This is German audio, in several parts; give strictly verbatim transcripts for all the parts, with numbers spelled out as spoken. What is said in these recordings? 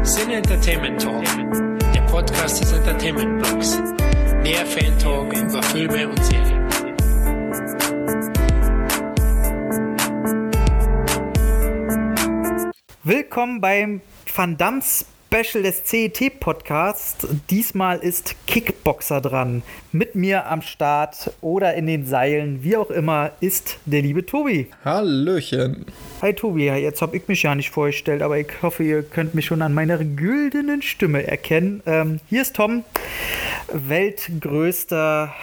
Sin Entertainment Talk, der Podcast des Entertainment Blogs. Mehr Fan-Talk über Filme und Serien. Willkommen beim Van Damme Special des C E T-Podcasts. Diesmal ist Kickboxer dran. Mit mir am Start oder in den Seilen, wie auch immer, ist der liebe Tobi. Hallöchen. Hi Tobi, jetzt habe ich mich ja nicht vorgestellt, aber ich hoffe, ihr könnt mich schon an meiner güldenen Stimme erkennen. Ähm, hier ist Tom, weltgrößter...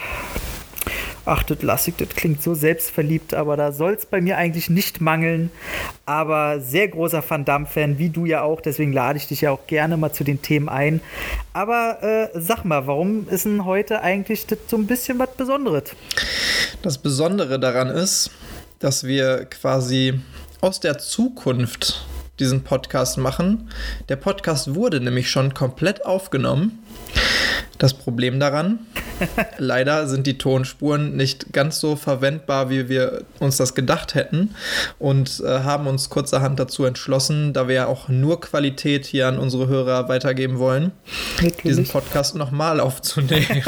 Ach, das lass ich, das klingt so selbstverliebt, aber da soll es bei mir eigentlich nicht mangeln. Aber sehr großer Van Damme-Fan, wie du ja auch, deswegen lade ich dich ja auch gerne mal zu den Themen ein. Aber äh, sag mal, warum ist denn heute eigentlich das so ein bisschen was Besonderes? Das Besondere daran ist, dass wir quasi aus der Zukunft diesen Podcast machen. Der Podcast wurde nämlich schon komplett aufgenommen. Das Problem daran, leider sind die Tonspuren nicht ganz so verwendbar, wie wir uns das gedacht hätten und äh, haben uns kurzerhand dazu entschlossen, da wir ja auch nur Qualität hier an unsere Hörer weitergeben wollen, Natürlich. diesen Podcast nochmal aufzunehmen.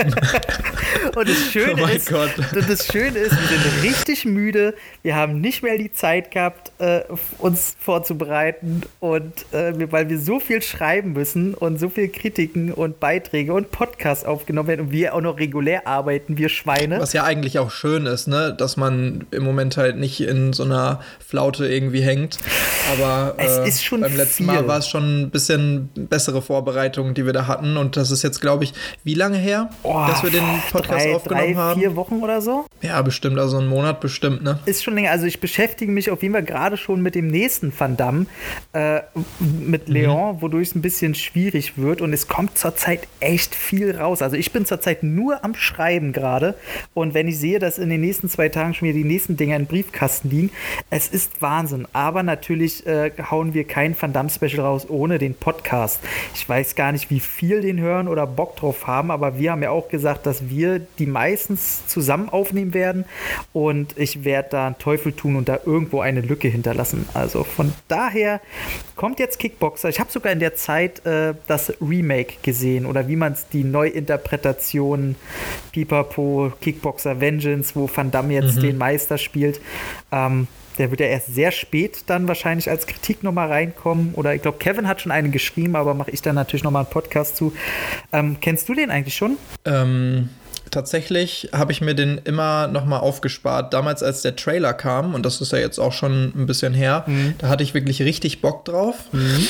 Und das Schöne, oh ist, Gott. das Schöne ist, wir sind richtig müde, wir haben nicht mehr die Zeit gehabt, äh, uns vorzubereiten und äh, weil wir so viel schreiben müssen und so viel Kritiken und Beiträge und Podcasts aufgenommen werden und wir auch noch regulär arbeiten, wir Schweine. Was ja eigentlich auch schön ist, ne, dass man im Moment halt nicht in so einer Flaute irgendwie hängt, aber es äh, ist schon beim letzten viel. Mal war es schon ein bisschen bessere Vorbereitung, die wir da hatten und das ist jetzt, glaube ich, wie lange her, oh, dass wir den Podcast drei, aufgenommen drei, haben? Vier Wochen oder so? Ja, bestimmt, also einen Monat bestimmt, ne? Ist schon länger, also ich beschäftige mich auf jeden Fall gerade schon mit dem nächsten Van Damme, äh, mit Leon, mhm. wodurch es ein bisschen schwierig wird und es kommt zurzeit echt viel raus. Also ich bin zurzeit nur am Schreiben gerade und wenn ich sehe, dass in den nächsten zwei Tagen schon wieder die nächsten Dinger im Briefkasten liegen, es ist Wahnsinn. Aber natürlich äh, hauen wir kein Van Damme Special raus ohne den Podcast. Ich weiß gar nicht, wie viel den hören oder Bock drauf haben, aber wir haben ja auch gesagt, dass wir die meistens zusammen aufnehmen werden und ich werde da einen Teufel tun und da irgendwo eine Lücke hinterlassen. Also von daher kommt jetzt Kickboxer. Ich habe sogar in der Zeit äh, das Remake gesehen oder wie man es, die Neuinterpretation Pipapo, Kickboxer Vengeance, wo Van Damme jetzt mhm. den Meister spielt. Ähm, der wird ja erst sehr spät dann wahrscheinlich als Kritik nochmal reinkommen. Oder ich glaube, Kevin hat schon einen geschrieben, aber mache ich dann natürlich nochmal einen Podcast zu. Ähm, kennst du den eigentlich schon? Ähm, tatsächlich habe ich mir den immer nochmal aufgespart. Damals, als der Trailer kam, und das ist ja jetzt auch schon ein bisschen her, mhm. da hatte ich wirklich richtig Bock drauf. Mhm.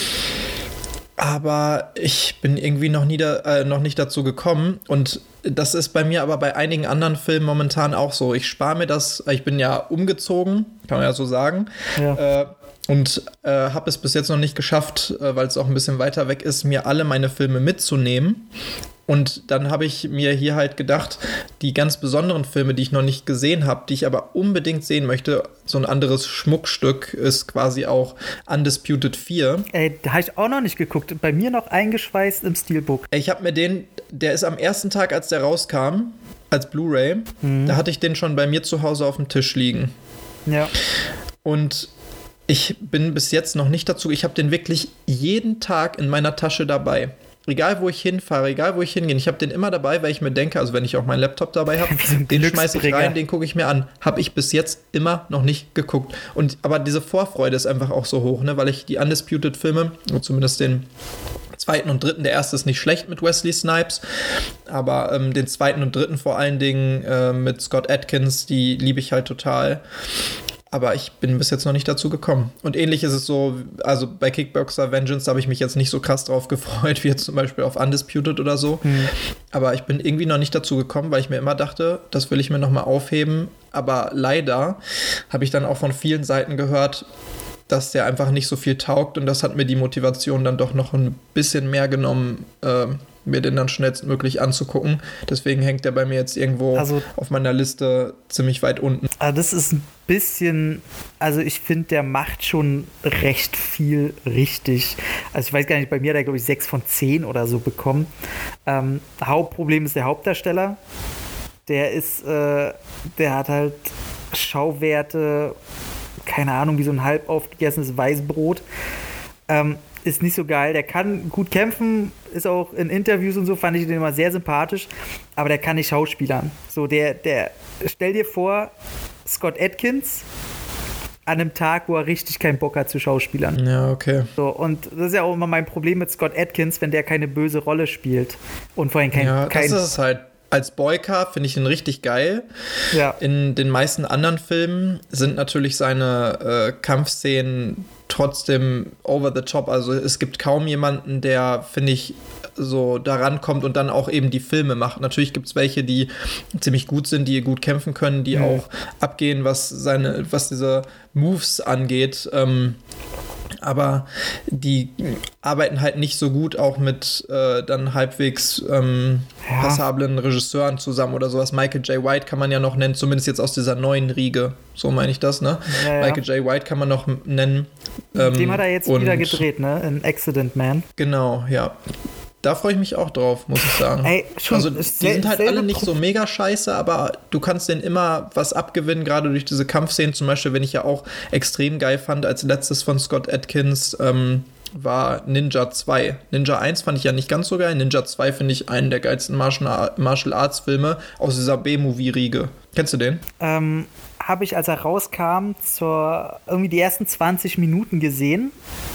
Aber ich bin irgendwie noch, nie da, äh, noch nicht dazu gekommen und das ist bei mir aber bei einigen anderen Filmen momentan auch so. Ich spare mir das, ich bin ja umgezogen, kann man ja so sagen, ja. äh, und äh, habe es bis jetzt noch nicht geschafft, äh, weil es auch ein bisschen weiter weg ist, mir alle meine Filme mitzunehmen. Und dann habe ich mir hier halt gedacht, die ganz besonderen Filme, die ich noch nicht gesehen habe, die ich aber unbedingt sehen möchte, so ein anderes Schmuckstück ist quasi auch Undisputed vier. Ey, da habe ich auch noch nicht geguckt. Bei mir noch eingeschweißt im Steelbook. Ich habe mir den, der ist am ersten Tag, als der rauskam, als Blu-ray, mhm. da hatte ich den schon bei mir zu Hause auf dem Tisch liegen. Ja. Und ich bin bis jetzt noch nicht dazu, ich habe den wirklich jeden Tag in meiner Tasche dabei. Egal, wo ich hinfahre, egal, wo ich hingehe. Ich habe den immer dabei, weil ich mir denke, also wenn ich auch meinen Laptop dabei habe, so den schmeiße ich rein, den gucke ich mir an. Habe ich bis jetzt immer noch nicht geguckt. Und aber diese Vorfreude ist einfach auch so hoch, ne, weil ich die Undisputed-Filme, zumindest den zweiten und dritten, der erste ist nicht schlecht mit Wesley Snipes, aber ähm, den zweiten und dritten vor allen Dingen äh, mit Scott Adkins, die liebe ich halt total. Aber ich bin bis jetzt noch nicht dazu gekommen. Und ähnlich ist es so, also bei Kickboxer Vengeance, da habe ich mich jetzt nicht so krass drauf gefreut, wie jetzt zum Beispiel auf Undisputed oder so. Mhm. Aber ich bin irgendwie noch nicht dazu gekommen, weil ich mir immer dachte, das will ich mir nochmal aufheben. Aber leider habe ich dann auch von vielen Seiten gehört, dass der einfach nicht so viel taugt. Und das hat mir die Motivation dann doch noch ein bisschen mehr genommen, äh, mir den dann schnellstmöglich anzugucken. Deswegen hängt der bei mir jetzt irgendwo also, auf meiner Liste ziemlich weit unten. Also das ist ein bisschen, also ich finde, der macht schon recht viel richtig. Also ich weiß gar nicht, bei mir hat er, glaube ich, sechs von zehn oder so bekommen. Ähm, Hauptproblem ist der Hauptdarsteller. Der ist, äh, der hat halt Schauwerte, keine Ahnung, wie so ein halb aufgegessenes Weißbrot. Ähm, ist nicht so geil. Der kann gut kämpfen, ist auch in Interviews und so, fand ich den immer sehr sympathisch, aber der kann nicht schauspielern. So, der, der, stell dir vor, Scott Adkins an einem Tag, wo er richtig keinen Bock hat zu schauspielern. Ja, okay. So, und das ist ja auch immer mein Problem mit Scott Adkins, wenn der keine böse Rolle spielt. Und vorhin kein... Ja, kein das ist es halt. Als Boyka finde ich ihn richtig geil. Ja. In den meisten anderen Filmen sind natürlich seine äh, Kampfszenen trotzdem over the top. Also es gibt kaum jemanden, der, finde ich, so daran kommt und dann auch eben die Filme macht. Natürlich gibt es welche, die ziemlich gut sind, die gut kämpfen können, die mhm. auch abgehen, was seine, was diese Moves angeht. Ähm, aber die arbeiten halt nicht so gut auch mit äh, dann halbwegs ähm, ja. passablen Regisseuren zusammen oder sowas. Michael J. White kann man ja noch nennen, zumindest jetzt aus dieser neuen Riege. So meine ich das, ne? Ja, ja. Michael J. White kann man noch nennen. Ähm, Dem hat er jetzt wieder gedreht, ne? In Accident Man. Genau, ja. Da freue ich mich auch drauf, muss ich sagen. Ey, schon, also die sind halt alle nicht so mega scheiße, aber du kannst denen immer was abgewinnen, gerade durch diese Kampfszenen. Zum Beispiel, wenn ich ja auch extrem geil fand, als letztes von Scott Adkins ähm, war Ninja zwei. Ninja eins fand ich ja nicht ganz so geil. Ninja zwei finde ich einen der geilsten Martial Arts Filme aus dieser B-Movie-Riege. Kennst du den? Ähm, habe ich, als er rauskam, zur irgendwie die ersten zwanzig Minuten gesehen,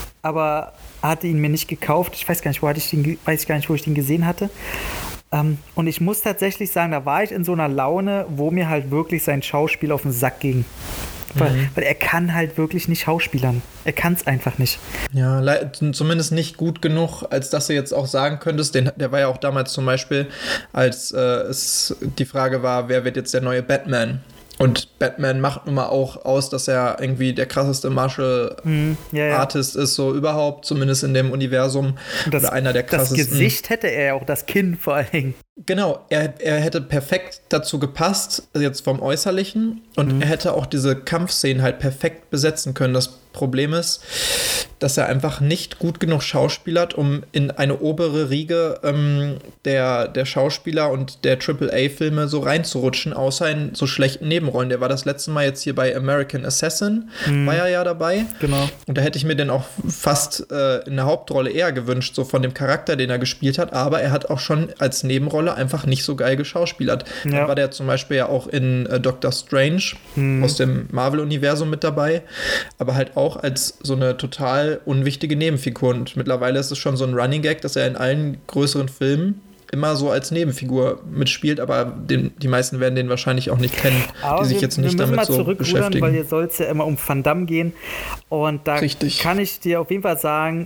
aber hatte ihn mir nicht gekauft. Ich weiß gar nicht, wo hatte ich den, weiß ich gar nicht, wo ich den gesehen hatte. Ähm, und ich muss tatsächlich sagen, da war ich in so einer Laune, wo mir halt wirklich sein Schauspiel auf den Sack ging. Mhm. Weil, weil er kann halt wirklich nicht schauspielern. Er kann es einfach nicht. Ja, le- zumindest nicht gut genug, als dass du jetzt auch sagen könntest, den, der war ja auch damals zum Beispiel, als äh, es die Frage war, wer wird jetzt der neue Batman? Und Batman macht nun mal auch aus, dass er irgendwie der krasseste Martial mm, ja, ja. Artist ist, so überhaupt, zumindest in dem Universum. Das, oder einer der krassesten. Das Gesicht hätte er ja auch, das Kinn vor allen Dingen. Genau, er, er hätte perfekt dazu gepasst, jetzt vom Äußerlichen. Und mm. er hätte auch diese Kampfszenen halt perfekt besetzen können. Das Problem ist, dass er einfach nicht gut genug schauspielert, um in eine obere Riege ähm, der, der Schauspieler und der Triple A Filme so reinzurutschen, außer in so schlechten Nebenrollen. Der war das letzte Mal jetzt hier bei American Assassin, mhm. war er ja dabei. Genau. Und da hätte ich mir den auch fast äh, in der Hauptrolle eher gewünscht, so von dem Charakter, den er gespielt hat. Aber er hat auch schon als Nebenrolle einfach nicht so geil geschauspielert. Ja. Dann war der zum Beispiel ja auch in äh, Doctor Strange mhm. aus dem Marvel-Universum mit dabei. Aber halt auch als so eine total unwichtige Nebenfigur. Und mittlerweile ist es schon so ein Running Gag, dass er in allen größeren Filmen immer so als Nebenfigur mitspielt, aber den, die meisten werden den wahrscheinlich auch nicht kennen, aber die sich wir, jetzt nicht damit so beschäftigen. Weil hier soll es ja immer um Van Damme gehen. Und da Richtig. kann ich dir auf jeden Fall sagen,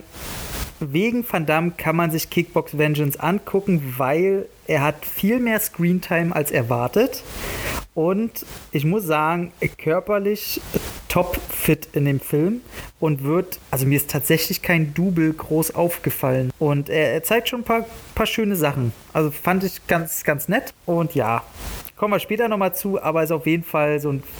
wegen Van Damme kann man sich Kickbox Vengeance angucken, weil er hat viel mehr Screentime als erwartet. Und ich muss sagen, körperlich top fit in dem Film und wird, also mir ist tatsächlich kein Double groß aufgefallen. Und er, er zeigt schon ein paar, paar schöne Sachen. Also fand ich ganz, ganz nett. Und ja, kommen wir später nochmal zu, aber ist auf jeden Fall so ein...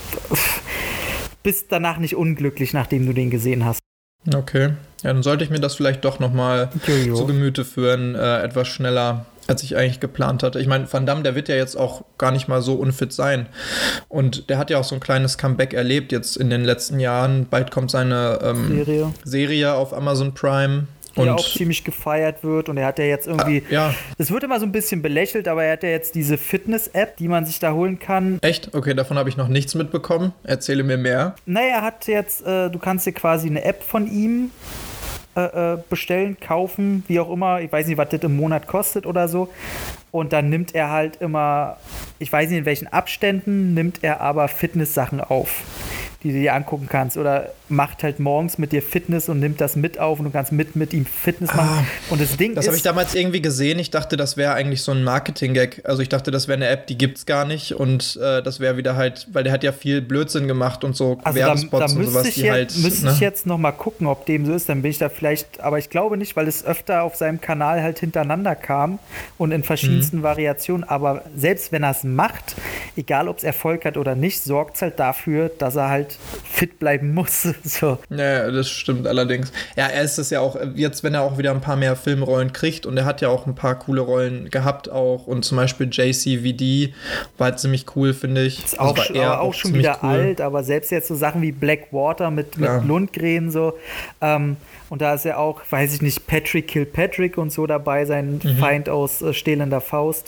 bist danach nicht unglücklich, nachdem du den gesehen hast. Okay, ja, dann sollte ich mir das vielleicht doch nochmal zu Gemüte führen, äh, etwas schneller, als ich eigentlich geplant hatte. Ich meine, Van Damme, der wird ja jetzt auch gar nicht mal so unfit sein. Und der hat ja auch so ein kleines Comeback erlebt jetzt in den letzten Jahren. Bald kommt seine ähm, Serie. Serie auf Amazon Prime. Die und ja auch ziemlich gefeiert wird. Und er hat ja jetzt irgendwie, ah, ja. das wird immer so ein bisschen belächelt, aber er hat ja jetzt diese Fitness-App, die man sich da holen kann. Echt? Okay, davon habe ich noch nichts mitbekommen. Erzähle mir mehr. Naja, er hat jetzt, äh, du kannst dir quasi eine App von ihm äh, bestellen, kaufen, wie auch immer. Ich weiß nicht, was das im Monat kostet oder so. Und dann nimmt er halt immer, ich weiß nicht in welchen Abständen, nimmt er aber Fitness-Sachen auf, die du dir angucken kannst. Oder macht halt morgens mit dir Fitness und nimmt das mit auf und du kannst mit, mit ihm Fitness ah, machen. Und das Ding das ist... habe ich damals irgendwie gesehen. Ich dachte, das wäre eigentlich so ein Marketing-Gag. Also ich dachte, das wäre eine App, die gibt's gar nicht. Und äh, das wäre wieder halt, weil der hat ja viel Blödsinn gemacht und so also Werbespots da, da und sowas, die jetzt, halt... Müsste ne? ich jetzt noch mal gucken, ob dem so ist. Dann bin ich da vielleicht... Aber ich glaube nicht, weil es öfter auf seinem Kanal halt hintereinander kam und in verschiedensten mhm. Variationen. Aber selbst wenn er es macht, egal ob es Erfolg hat oder nicht, sorgt es halt dafür, dass er halt halt fit bleiben muss. So. Ja, das stimmt allerdings. Ja, er ist es ja auch, jetzt wenn er auch wieder ein paar mehr Filmrollen kriegt und er hat ja auch ein paar coole Rollen gehabt auch und zum Beispiel J C V D war halt ziemlich cool, finde ich. Ist auch, also auch, auch schon wieder cool. alt, aber selbst jetzt so Sachen wie Blackwater mit, mit ja. Lundgren so, ähm, und da ist ja auch, weiß ich nicht, Patrick Kilpatrick und so dabei, sein mhm. Feind aus äh, Stehlender Faust.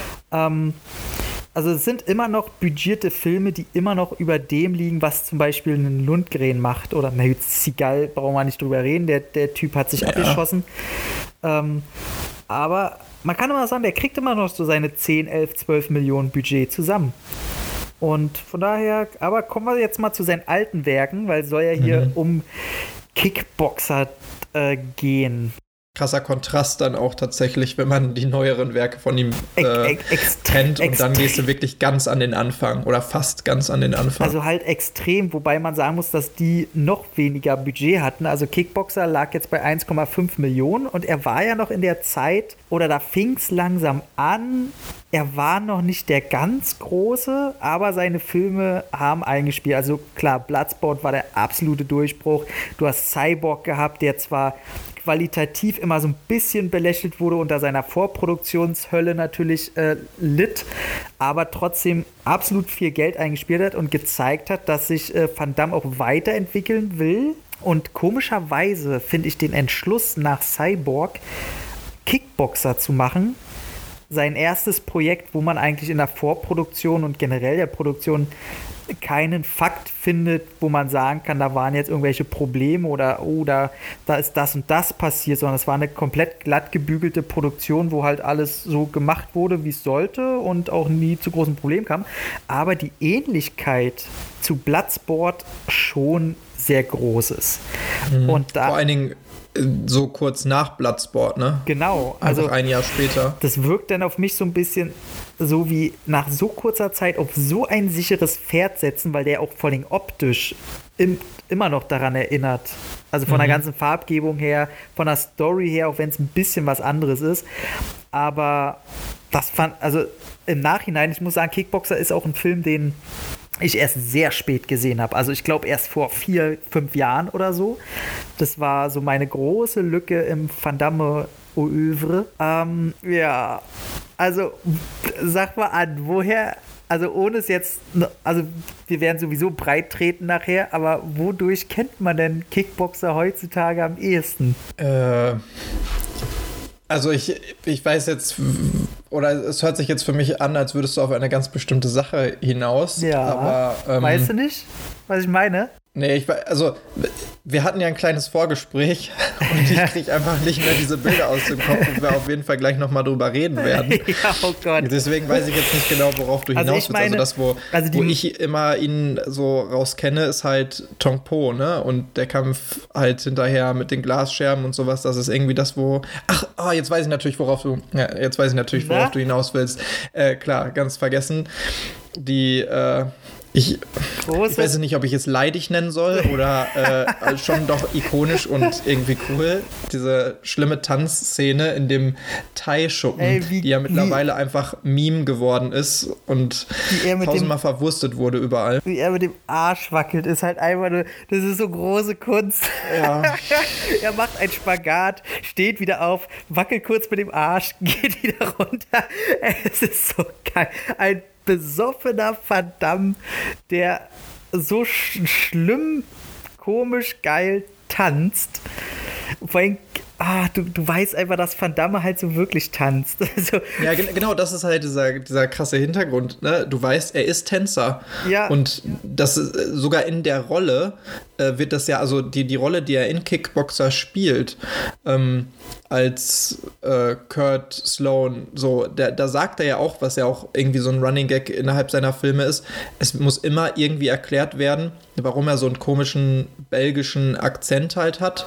Ähm, Also es sind immer noch budgetierte Filme, die immer noch über dem liegen, was zum Beispiel ein Lundgren macht. Oder na, Seagal, brauchen wir nicht drüber reden, der, der Typ hat sich ja. abgeschossen. Ähm, aber man kann immer sagen, der kriegt immer noch so seine zehn, elf, zwölf Millionen Budget zusammen. Und von daher, aber kommen wir jetzt mal zu seinen alten Werken, weil es soll ja hier mhm. um Kickboxer äh, gehen. Krasser Kontrast dann auch tatsächlich, wenn man die neueren Werke von ihm äh, Ex- ex- kennt und extrem. dann gehst du wirklich ganz an den Anfang oder fast ganz an den Anfang. Also halt extrem, wobei man sagen muss, dass die noch weniger Budget hatten. Also Kickboxer lag jetzt bei eins Komma fünf Millionen und er war ja noch in der Zeit, oder da fing es langsam an, er war noch nicht der ganz Große, aber seine Filme haben eingespielt. Also klar, Bloodsport war der absolute Durchbruch. Du hast Cyborg gehabt, der zwar qualitativ immer so ein bisschen belächelt wurde, unter seiner Vorproduktionshölle natürlich äh, litt, aber trotzdem absolut viel Geld eingespielt hat und gezeigt hat, dass sich äh, Van Damme auch weiterentwickeln will. Und komischerweise finde ich den Entschluss nach Cyborg, Kickboxer zu machen, sein erstes Projekt, wo man eigentlich in der Vorproduktion und generell der Produktion keinen Fakt findet, wo man sagen kann, da waren jetzt irgendwelche Probleme oder oh, da, da ist das und das passiert, sondern es war eine komplett glatt gebügelte Produktion, wo halt alles so gemacht wurde, wie es sollte und auch nie zu großen Problemen kam. Aber die Ähnlichkeit zu Bloodsport schon sehr groß ist. Mhm. Und da, vor allen Dingen so kurz nach Bloodsport, ne? Genau. Also einfach ein Jahr später. Das wirkt dann auf mich so ein bisschen so wie nach so kurzer Zeit auf so ein sicheres Pferd setzen, weil der auch vor allem optisch im, immer noch daran erinnert. Also von mhm. der ganzen Farbgebung her, von der Story her, auch wenn es ein bisschen was anderes ist. Aber das fand, also im Nachhinein, ich muss sagen, Kickboxer ist auch ein Film, den ich erst sehr spät gesehen habe. Also ich glaube erst vor vier, fünf Jahren oder so. Das war so meine große Lücke im Van Damme Oeuvre. Ähm, ja, also sag mal an, woher, also ohne es jetzt, also wir werden sowieso breit treten nachher, aber wodurch kennt man denn Kickboxer heutzutage am ehesten? Äh... Also ich, ich weiß jetzt, oder es hört sich jetzt für mich an, als würdest du auf eine ganz bestimmte Sache hinaus. Ja, aber, ähm, weißt du nicht, was ich meine? Nee, ich also wir hatten ja ein kleines Vorgespräch und ich kriege einfach nicht mehr diese Bilder aus dem Kopf, wo wir auf jeden Fall gleich nochmal drüber reden werden. Ja, oh Gott. Deswegen weiß ich jetzt nicht genau, worauf du hinaus also willst. Meine, also das, wo, also die, wo ich immer ihn so rauskenne, ist halt Tong Po, ne? Und der Kampf halt hinterher mit den Glasscherben und sowas, das ist irgendwie das, wo. Ach, oh, jetzt weiß ich natürlich, worauf du. Ja, jetzt weiß ich natürlich, worauf Na? du hinaus willst. Äh, klar, ganz vergessen. Die, äh, Ich, ich weiß nicht, ob ich es leidig nennen soll oder äh, schon doch ikonisch und irgendwie cool. Diese schlimme Tanzszene in dem Thai-Schuppen, die ja mittlerweile wie, einfach Meme geworden ist und tausendmal dem, verwurstet wurde überall. Wie er mit dem Arsch wackelt, ist halt einfach nur, das ist so große Kunst. Ja. Er macht einen Spagat, steht wieder auf, wackelt kurz mit dem Arsch, geht wieder runter. Es ist so geil. Ein besoffener Van Damme, der so sch- schlimm, komisch, geil tanzt. Vor allem, ah, du, du weißt einfach, dass Van Damme halt so wirklich tanzt. Also, ja, g- genau, das ist halt dieser, dieser krasse Hintergrund. Ne? Du weißt, er ist Tänzer. Ja. Und das ist, sogar in der Rolle äh, wird das ja, also die, die Rolle, die er in Kickboxer spielt, ähm, als äh, Kurt Sloan, so, der, da sagt er ja auch, was ja auch irgendwie so ein Running Gag innerhalb seiner Filme ist, es muss immer irgendwie erklärt werden, warum er so einen komischen belgischen Akzent halt hat.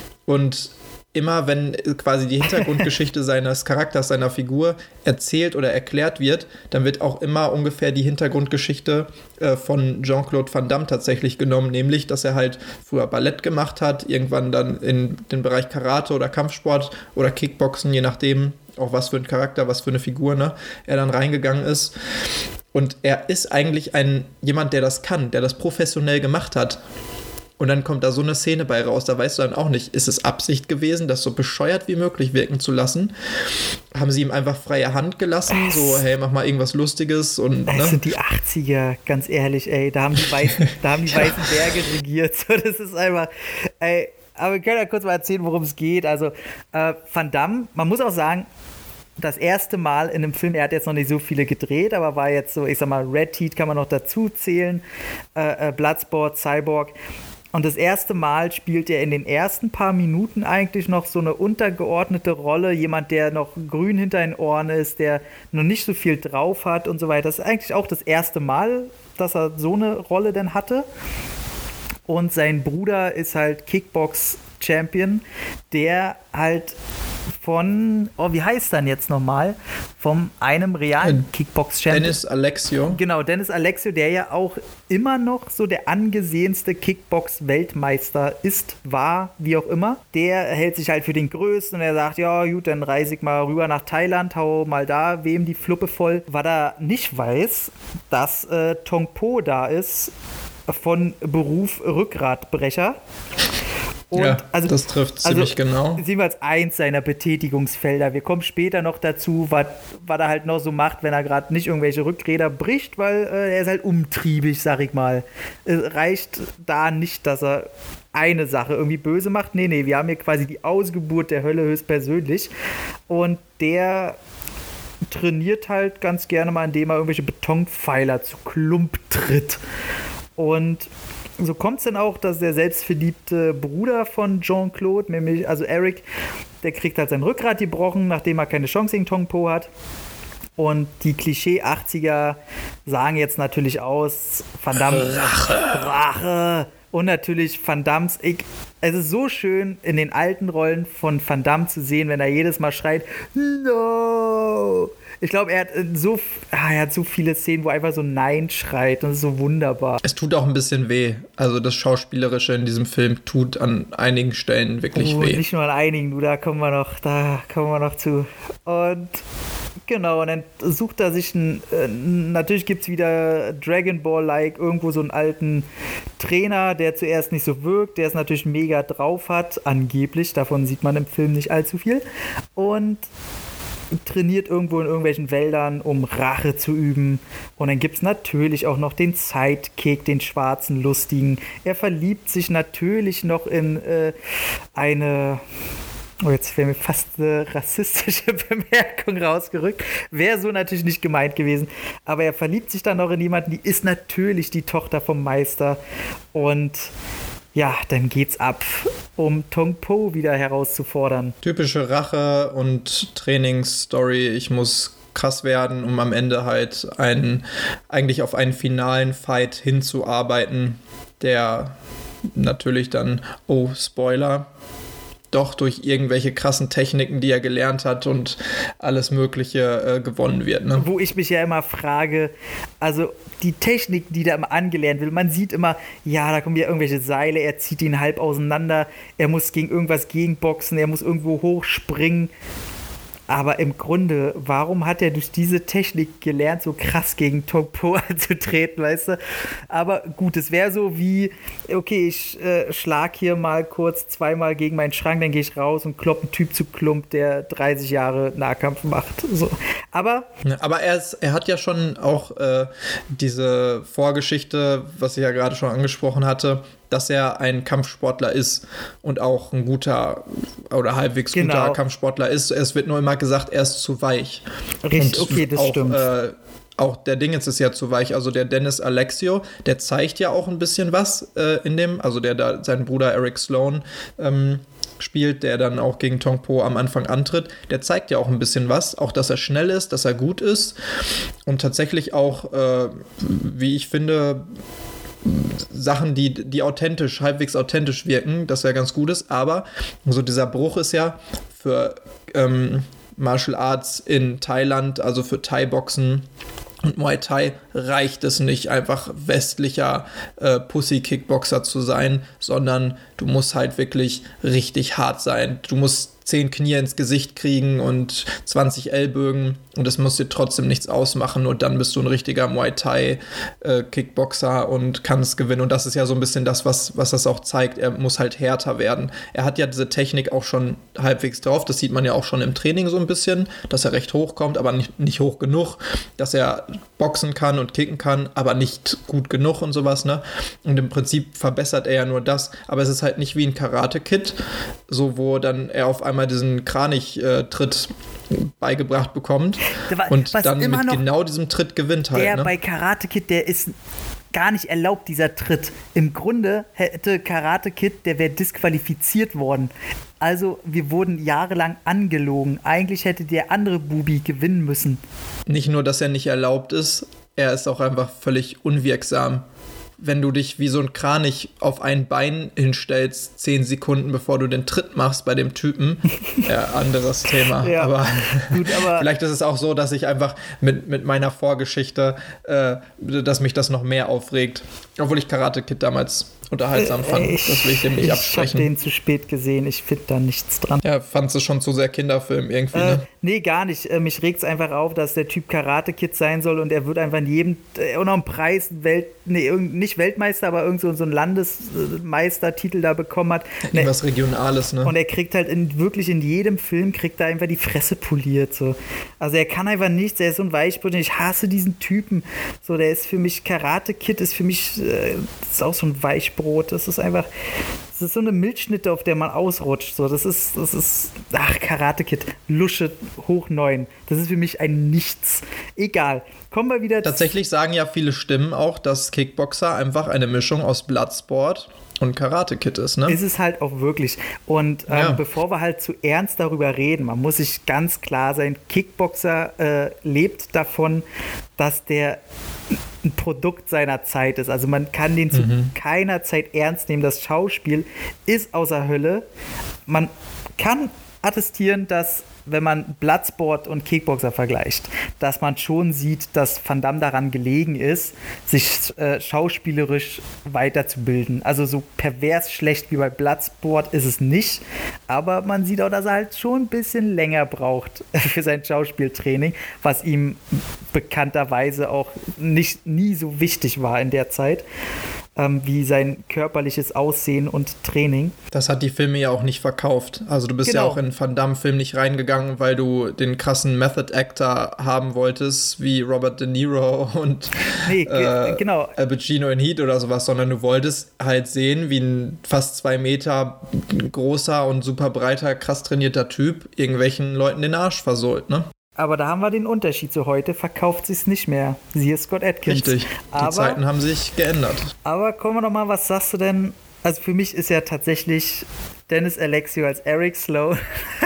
Und immer wenn quasi die Hintergrundgeschichte seines Charakters, seiner Figur erzählt oder erklärt wird, dann wird auch immer ungefähr die Hintergrundgeschichte äh, von Jean-Claude Van Damme tatsächlich genommen, nämlich, dass er halt früher Ballett gemacht hat, irgendwann dann in den Bereich Karate oder Kampfsport oder Kickboxen, je nachdem, auch was für ein Charakter, was für eine Figur, ne, er dann reingegangen ist. Und er ist eigentlich ein jemand, der das kann, der das professionell gemacht hat. Und dann kommt da so eine Szene bei raus, da weißt du dann auch nicht, ist es Absicht gewesen, das so bescheuert wie möglich wirken zu lassen? Haben sie ihm einfach freie Hand gelassen, es so, hey, mach mal irgendwas Lustiges und, das ne? sind die achtziger, ganz ehrlich, ey, da haben die weißen, da haben die ja. weißen Berge regiert, so, das ist einfach, ey, aber wir können ja kurz mal erzählen, worum es geht, also, äh, Van Damme, man muss auch sagen, das erste Mal in einem Film, er hat jetzt noch nicht so viele gedreht, aber war jetzt so, ich sag mal, Red Heat kann man noch dazu zählen, äh, äh, Bloodsport, Cyborg. Und das erste Mal spielt er in den ersten paar Minuten eigentlich noch so eine untergeordnete Rolle. Jemand, der noch grün hinter den Ohren ist, der noch nicht so viel drauf hat und so weiter. Das ist eigentlich auch das erste Mal, dass er so eine Rolle denn hatte. Und sein Bruder ist halt Kickbox-Champion, der halt von, oh, wie heißt dann jetzt nochmal? Von einem realen Kickbox-Champion. Dennis Alexio. Genau, Dennis Alexio, der ja auch immer noch so der angesehenste Kickbox-Weltmeister ist, war, wie auch immer. Der hält sich halt für den Größten und er sagt, ja gut, dann reise ich mal rüber nach Thailand, hau mal da wem die Fluppe voll. Was er nicht weiß, dass äh, Tong Po da ist, von Beruf Rückgratbrecher. Und ja, also, das trifft ziemlich also, genau. Sehen wir als eins seiner Betätigungsfelder. Wir kommen später noch dazu, was, was er halt noch so macht, wenn er gerade nicht irgendwelche Rückräder bricht, weil äh, er ist halt umtriebig, sag ich mal. Es reicht da nicht, dass er eine Sache irgendwie böse macht. Nee, nee, wir haben hier quasi die Ausgeburt der Hölle höchstpersönlich. Und der trainiert halt ganz gerne mal, indem er irgendwelche Betonpfeiler zu Klump tritt. Und so kommt es dann auch, dass der selbstverliebte Bruder von Jean-Claude, nämlich also Eric, der kriegt halt sein Rückgrat gebrochen, nachdem er keine Chance gegen Tong Po hat. Und die Klischee-achtziger sagen jetzt natürlich aus, Van Damme, Rache. Rache. Und natürlich Van Dammes, ich, es ist so schön in den alten Rollen von Van Damme zu sehen, wenn er jedes Mal schreit, no! Ich glaube, er hat so, ah, er hat so viele Szenen, wo er einfach so Nein schreit und das ist so wunderbar. Es tut auch ein bisschen weh. Also das Schauspielerische in diesem Film tut an einigen Stellen wirklich oh, weh. Nicht nur an einigen, du, da kommen wir noch, da kommen wir noch zu. Und genau, und dann sucht er sich einen, äh, natürlich gibt es wieder Dragon Ball-like, irgendwo so einen alten Trainer, der zuerst nicht so wirkt, der es natürlich mega drauf hat, angeblich, davon sieht man im Film nicht allzu viel. Und trainiert irgendwo in irgendwelchen Wäldern, um Rache zu üben. Und dann gibt es natürlich auch noch den Sidekick, den schwarzen Lustigen. Er verliebt sich natürlich noch in äh, eine... Oh, jetzt wäre mir fast eine rassistische Bemerkung rausgerückt. Wäre so natürlich nicht gemeint gewesen. Aber er verliebt sich dann noch in jemanden, die ist natürlich die Tochter vom Meister. Und ja, dann geht's ab, um Tong Po wieder herauszufordern. Typische Rache- und Trainingsstory. Ich muss krass werden, um am Ende halt einen, eigentlich auf einen finalen Fight hinzuarbeiten, der natürlich dann, oh, Spoiler, doch durch irgendwelche krassen Techniken, die er gelernt hat und alles Mögliche äh, gewonnen wird. Ne? Wo ich mich ja immer frage, also die Techniken, die da immer angelernt wird, man sieht immer, ja, da kommen ja irgendwelche Seile, er zieht ihn halb auseinander, er muss gegen irgendwas gegenboxen, er muss irgendwo hochspringen. Aber im Grunde, warum hat er durch diese Technik gelernt, so krass gegen Tong Po anzutreten, weißt du? Aber gut, es wäre so wie, okay, ich äh, schlag hier mal kurz zweimal gegen meinen Schrank, dann gehe ich raus und klopp einen Typ zu Klump, der dreißig Jahre Nahkampf macht. So. Aber Aber er, ist, er hat ja schon auch äh, diese Vorgeschichte, was ich ja gerade schon angesprochen hatte, dass er ein Kampfsportler ist und auch ein guter oder halbwegs genau. guter Kampfsportler ist. Es wird nur immer gesagt, er ist zu weich. Richtig, und okay, das auch, stimmt. Äh, auch der Ding jetzt ist ja zu weich. Also der Dennis Alexio, der zeigt ja auch ein bisschen was äh, in dem, also der da seinen Bruder Eric Sloan ähm, spielt, der dann auch gegen Tong Po am Anfang antritt. Der zeigt ja auch ein bisschen was, auch dass er schnell ist, dass er gut ist und tatsächlich auch, äh, wie ich finde, Sachen, die, die authentisch, halbwegs authentisch wirken, dass er ganz gut ist, aber so dieser Bruch ist ja für ähm, Martial Arts in Thailand, also für Thai-Boxen und Muay Thai reicht es nicht, einfach westlicher äh, Pussy-Kickboxer zu sein, sondern du musst halt wirklich richtig hart sein. Du musst zehn Knie ins Gesicht kriegen und zwanzig Ellbögen und das muss dir trotzdem nichts ausmachen und dann bist du ein richtiger Muay Thai äh, Kickboxer und kannst gewinnen und das ist ja so ein bisschen das, was, was das auch zeigt. Er muss halt härter werden. Er hat ja diese Technik auch schon halbwegs drauf, das sieht man ja auch schon im Training so ein bisschen, dass er recht hoch kommt, aber nicht, nicht hoch genug, dass er boxen kann und kicken kann, aber nicht gut genug und sowas, ne? Und im Prinzip verbessert er ja nur das, aber es ist halt nicht wie ein Karate-Kid, so wo dann er auf einmal diesen Kranich-Tritt beigebracht bekommt und was dann immer mit noch genau diesem Tritt gewinnt halt. Der ne? bei Karate Kid, der ist gar nicht erlaubt, dieser Tritt. Im Grunde hätte Karate Kid, der wäre disqualifiziert worden. Also wir wurden jahrelang angelogen. Eigentlich hätte der andere Bubi gewinnen müssen. Nicht nur, dass er nicht erlaubt ist, er ist auch einfach völlig unwirksam. Wenn du dich wie so ein Kranich auf ein Bein hinstellst, zehn Sekunden bevor du den Tritt machst bei dem Typen, ja, anderes Thema. Ja, aber, gut, aber vielleicht ist es auch so, dass ich einfach mit, mit meiner Vorgeschichte, äh, dass mich das noch mehr aufregt. Obwohl ich Karate Kid damals unterhaltsam fand. Ich, das will ich dem nicht ich absprechen. Ich habe den zu spät gesehen. Ich finde da nichts dran. Ja, fandst du schon zu sehr Kinderfilm irgendwie, äh, ne? Nee, gar nicht. Äh, mich regt es einfach auf, dass der Typ Karate Kid sein soll und er wird einfach in jedem, äh, auch noch einen Preis, Welt, nee, nicht Weltmeister, aber irgend so, so einen Landesmeistertitel da bekommen hat. Irgendwas Regionales, ne? Und er kriegt halt in, wirklich in jedem Film, kriegt er einfach die Fresse poliert, so. Also er kann einfach nichts, er ist so ein Weichbrot und ich hasse diesen Typen. So, der ist für mich, Karate Kid ist für mich, äh, das ist auch so ein Weichbrot. Das ist einfach, das ist so eine Milchschnitte, auf der man ausrutscht. So, das ist, das ist, ach, Karate Kid, Lusche hoch neun. Das ist für mich ein Nichts. Egal. Kommen wir wieder. Tatsächlich sagen ja viele Stimmen auch, dass Kickboxer einfach eine Mischung aus Bloodsport und Karate Kid ist, ne? Ist es halt auch wirklich. Und ähm, ja. bevor wir halt zu ernst darüber reden, man muss sich ganz klar sein, Kickboxer äh, lebt davon, dass der ein Produkt seiner Zeit ist. Also man kann den zu mhm. keiner Zeit ernst nehmen. Das Schauspiel ist außer Hölle. Man kann attestieren, dass wenn man Bloodsport und Kickboxer vergleicht, dass man schon sieht, dass Van Damme daran gelegen ist, sich äh, schauspielerisch weiterzubilden. Also so pervers schlecht wie bei Bloodsport ist es nicht, aber man sieht auch, dass er halt schon ein bisschen länger braucht für sein Schauspieltraining, was ihm bekannterweise auch nicht nie so wichtig war in der Zeit. Ähm, wie sein körperliches Aussehen und Training. Das hat die Filme ja auch nicht verkauft. Also du bist genau. ja auch in Van Damme-Film nicht reingegangen, weil du den krassen Method-Actor haben wolltest, wie Robert De Niro und nee, ge- äh, genau. Al Pacino in Heat oder sowas, sondern du wolltest halt sehen, wie ein fast zwei Meter großer und super breiter, krass trainierter Typ irgendwelchen Leuten den Arsch versohlt, ne? Aber da haben wir den Unterschied zu heute, verkauft sich es nicht mehr. Siehe Scott Adkins. Richtig, die aber, Zeiten haben sich geändert. Aber kommen wir noch mal, was sagst du denn? Also für mich ist ja tatsächlich Dennis Alexio als Eric Sloan.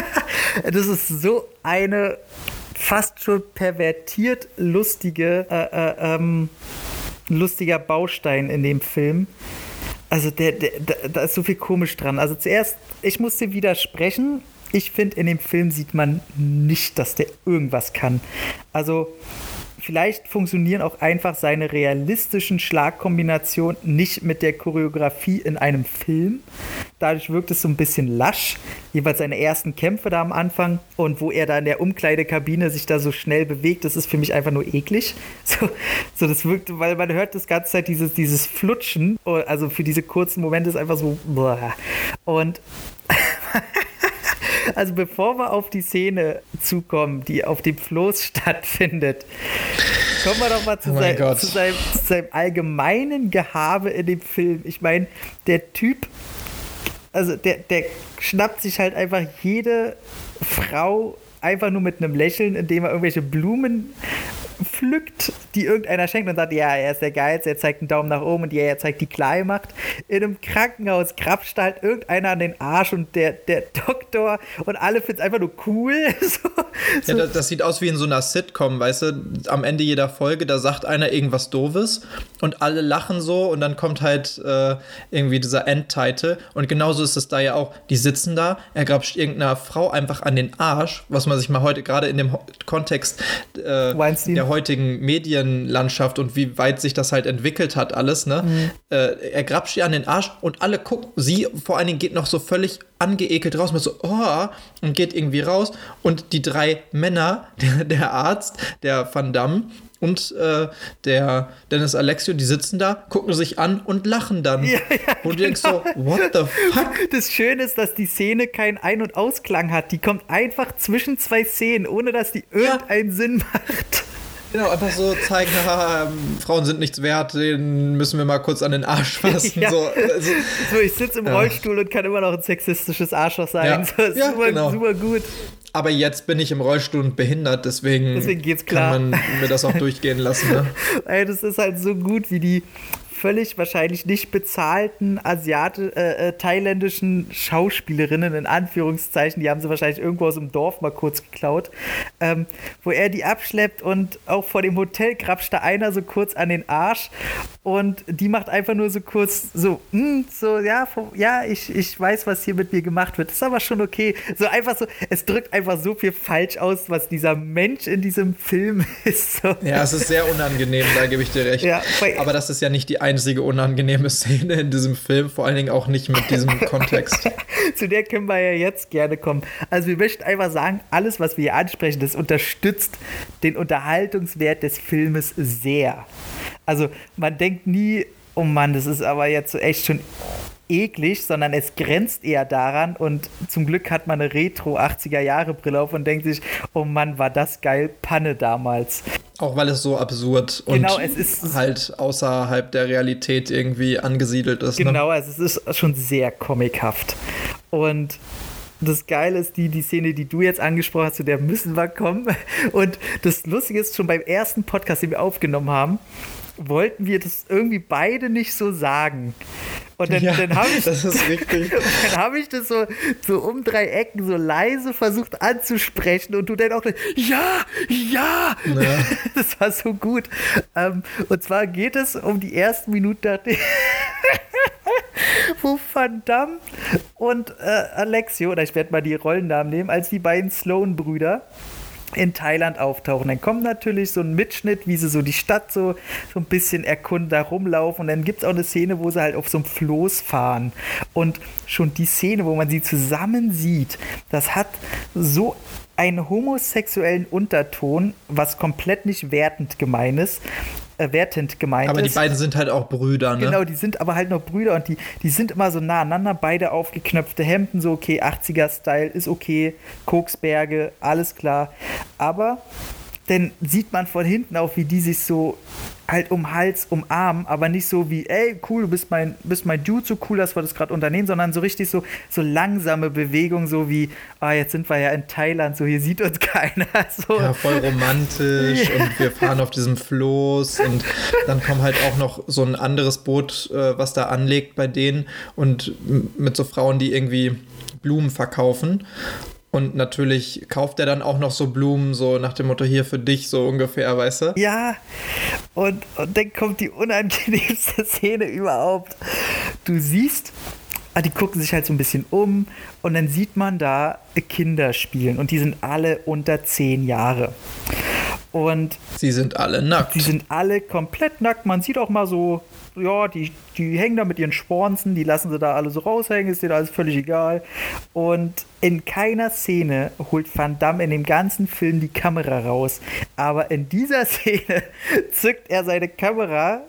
Das ist so eine fast schon pervertiert lustige, äh, äh, ähm, lustiger Baustein in dem Film. Also der, der, der, da ist so viel komisch dran. Also zuerst, ich muss dir widersprechen. Ich finde, in dem Film sieht man nicht, dass der irgendwas kann. Also vielleicht funktionieren auch einfach seine realistischen Schlagkombinationen nicht mit der Choreografie in einem Film. Dadurch wirkt es so ein bisschen lasch. Jeweils seine ersten Kämpfe da am Anfang und wo er da in der Umkleidekabine sich da so schnell bewegt, das ist für mich einfach nur eklig. So, so das wirkt, weil man hört das ganze Zeit dieses, dieses Flutschen. Also für diese kurzen Momente ist einfach so. Boah. Und also bevor wir auf die Szene zukommen, die auf dem Floß stattfindet, kommen wir doch mal zu, oh sein, Gott. zu, seinem, zu seinem allgemeinen Gehabe in dem Film. Ich meine, der Typ, also der, der schnappt sich halt einfach jede Frau einfach nur mit einem Lächeln, indem er irgendwelche Blumen pflückt, die irgendeiner schenkt und sagt, ja, er ist der Geilste, er zeigt einen Daumen nach oben und ja, er zeigt die Kleinmacht. In einem Krankenhaus krapscht halt irgendeiner an den Arsch und der, der Doktor und alle finden es einfach nur cool. so, so. Ja, das, das sieht aus wie in so einer Sitcom, weißt du, am Ende jeder Folge, da sagt einer irgendwas Doofes und alle lachen so und dann kommt halt äh, irgendwie dieser Endtitle und genauso ist es da ja auch, die sitzen da, er grapscht irgendeiner Frau einfach an den Arsch, was man sich mal heute gerade in dem Ho- Kontext äh, Weinstein. der heutigen Medienlandschaft und wie weit sich das halt entwickelt hat, alles, ne? Mhm. Äh, er grapscht ihr an den Arsch und alle gucken, sie vor allen Dingen geht noch so völlig angeekelt raus mit so, oh, und geht irgendwie raus und die drei Männer, der, der Arzt, der Van Damme und äh, der Dennis Alexio, die sitzen da, gucken sich an und lachen dann. Ja, ja, und du denkst so, what the fuck? Das Schöne ist, dass die Szene keinen Ein- und Ausklang hat. Die kommt einfach zwischen zwei Szenen, ohne dass die irgendeinen ja. Sinn macht. Genau, einfach so zeigen, haha, Frauen sind nichts wert, den müssen wir mal kurz an den Arsch fassen. Ja. So, also, so, ich sitze im ja. Rollstuhl und kann immer noch ein sexistisches Arschloch sein. Ja. So, ja, super, genau. super gut. Aber jetzt bin ich im Rollstuhl und behindert, deswegen, deswegen geht's klar. Kann man mir das auch durchgehen lassen. Ne? Ey, das ist halt so gut, wie die völlig wahrscheinlich nicht bezahlten asiatischen, äh, äh, thailändischen Schauspielerinnen, in Anführungszeichen, die haben sie wahrscheinlich irgendwo aus dem Dorf mal kurz geklaut, ähm, wo er die abschleppt und auch vor dem Hotel grapscht da einer so kurz an den Arsch und die macht einfach nur so kurz so, mh, so, ja, ja, ich, ich weiß, was hier mit mir gemacht wird, das ist aber schon okay. So einfach so, es drückt einfach so viel falsch aus, was dieser Mensch in diesem Film ist. So. Ja, es ist sehr unangenehm, da gebe ich dir recht. Ja, aber das ist ja nicht die einzige unangenehme Szene in diesem Film, vor allen Dingen auch nicht mit diesem Kontext. Zu der können wir ja jetzt gerne kommen. Also wir möchten einfach sagen, alles, was wir hier ansprechen, das unterstützt den Unterhaltungswert des Filmes sehr. Also man denkt nie, oh Mann, das ist aber jetzt so echt schon eklig, sondern es grenzt eher daran und zum Glück hat man eine Retro-achtziger-Jahre-Brille auf und denkt sich, oh Mann, war das geil, Panne damals. Auch weil es so absurd genau, und es ist, halt außerhalb der Realität irgendwie angesiedelt ist. Genau, ne? also es ist schon sehr comichaft. Und das Geile ist, die, die Szene, die du jetzt angesprochen hast, zu der müssen wir kommen. Und das Lustige ist, schon beim ersten Podcast, den wir aufgenommen haben, wollten wir das irgendwie beide nicht so sagen. Und dann, ja, dann habe ich, das ist richtig. Dann habe ich das so, so um drei Ecken so leise versucht anzusprechen und du dann auch, ja, ja, ja. Das war so gut. Ähm, und zwar geht es um die ersten Minuten, wo Van Damme und äh, Alexio, oder ich werde mal die Rollennamen nehmen, als die beiden Sloan-Brüder in Thailand auftauchen. Dann kommt natürlich so ein Mitschnitt, wie sie so die Stadt so, so ein bisschen erkunden, da rumlaufen und dann gibt es auch eine Szene, wo sie halt auf so einem Floß fahren und schon die Szene, wo man sie zusammen sieht, das hat so einen homosexuellen Unterton, was komplett nicht wertend gemeint ist, äh, wertend gemeint aber ist. Aber die beiden sind halt auch Brüder, ne? Genau, die sind aber halt noch Brüder und die, die sind immer so nah aneinander, beide aufgeknöpfte Hemden, so okay, achtziger-Style ist okay, Koksberge, alles klar. Aber dann sieht man von hinten auch, wie die sich so halt um Hals umarmen, aber nicht so wie, ey, cool, du bist mein, bist mein Dude, so cool, dass wir das gerade unternehmen, sondern so richtig so, so langsame Bewegung, so wie, ah, jetzt sind wir ja in Thailand, so hier sieht uns keiner. So. Ja, voll romantisch ja. Und wir fahren auf diesem Floß und dann kommt halt auch noch so ein anderes Boot, äh, was da anlegt bei denen und m- mit so Frauen, die irgendwie Blumen verkaufen. Und natürlich kauft er dann auch noch so Blumen, so nach dem Motto, hier für dich, so ungefähr, weißt du? Ja, und, und dann kommt die unangenehmste Szene überhaupt. Du siehst, ah, die gucken sich halt so ein bisschen um und dann sieht man da Kinder spielen und die sind alle unter zehn Jahre. Und sie sind alle nackt. Die sind alle komplett nackt. Man sieht auch mal so, ja, die, die hängen da mit ihren Spornzen, die lassen sie da alle so raushängen, ist denen alles völlig egal. Und in keiner Szene holt Van Damme in dem ganzen Film die Kamera raus. Aber in dieser Szene zückt er seine Kamera,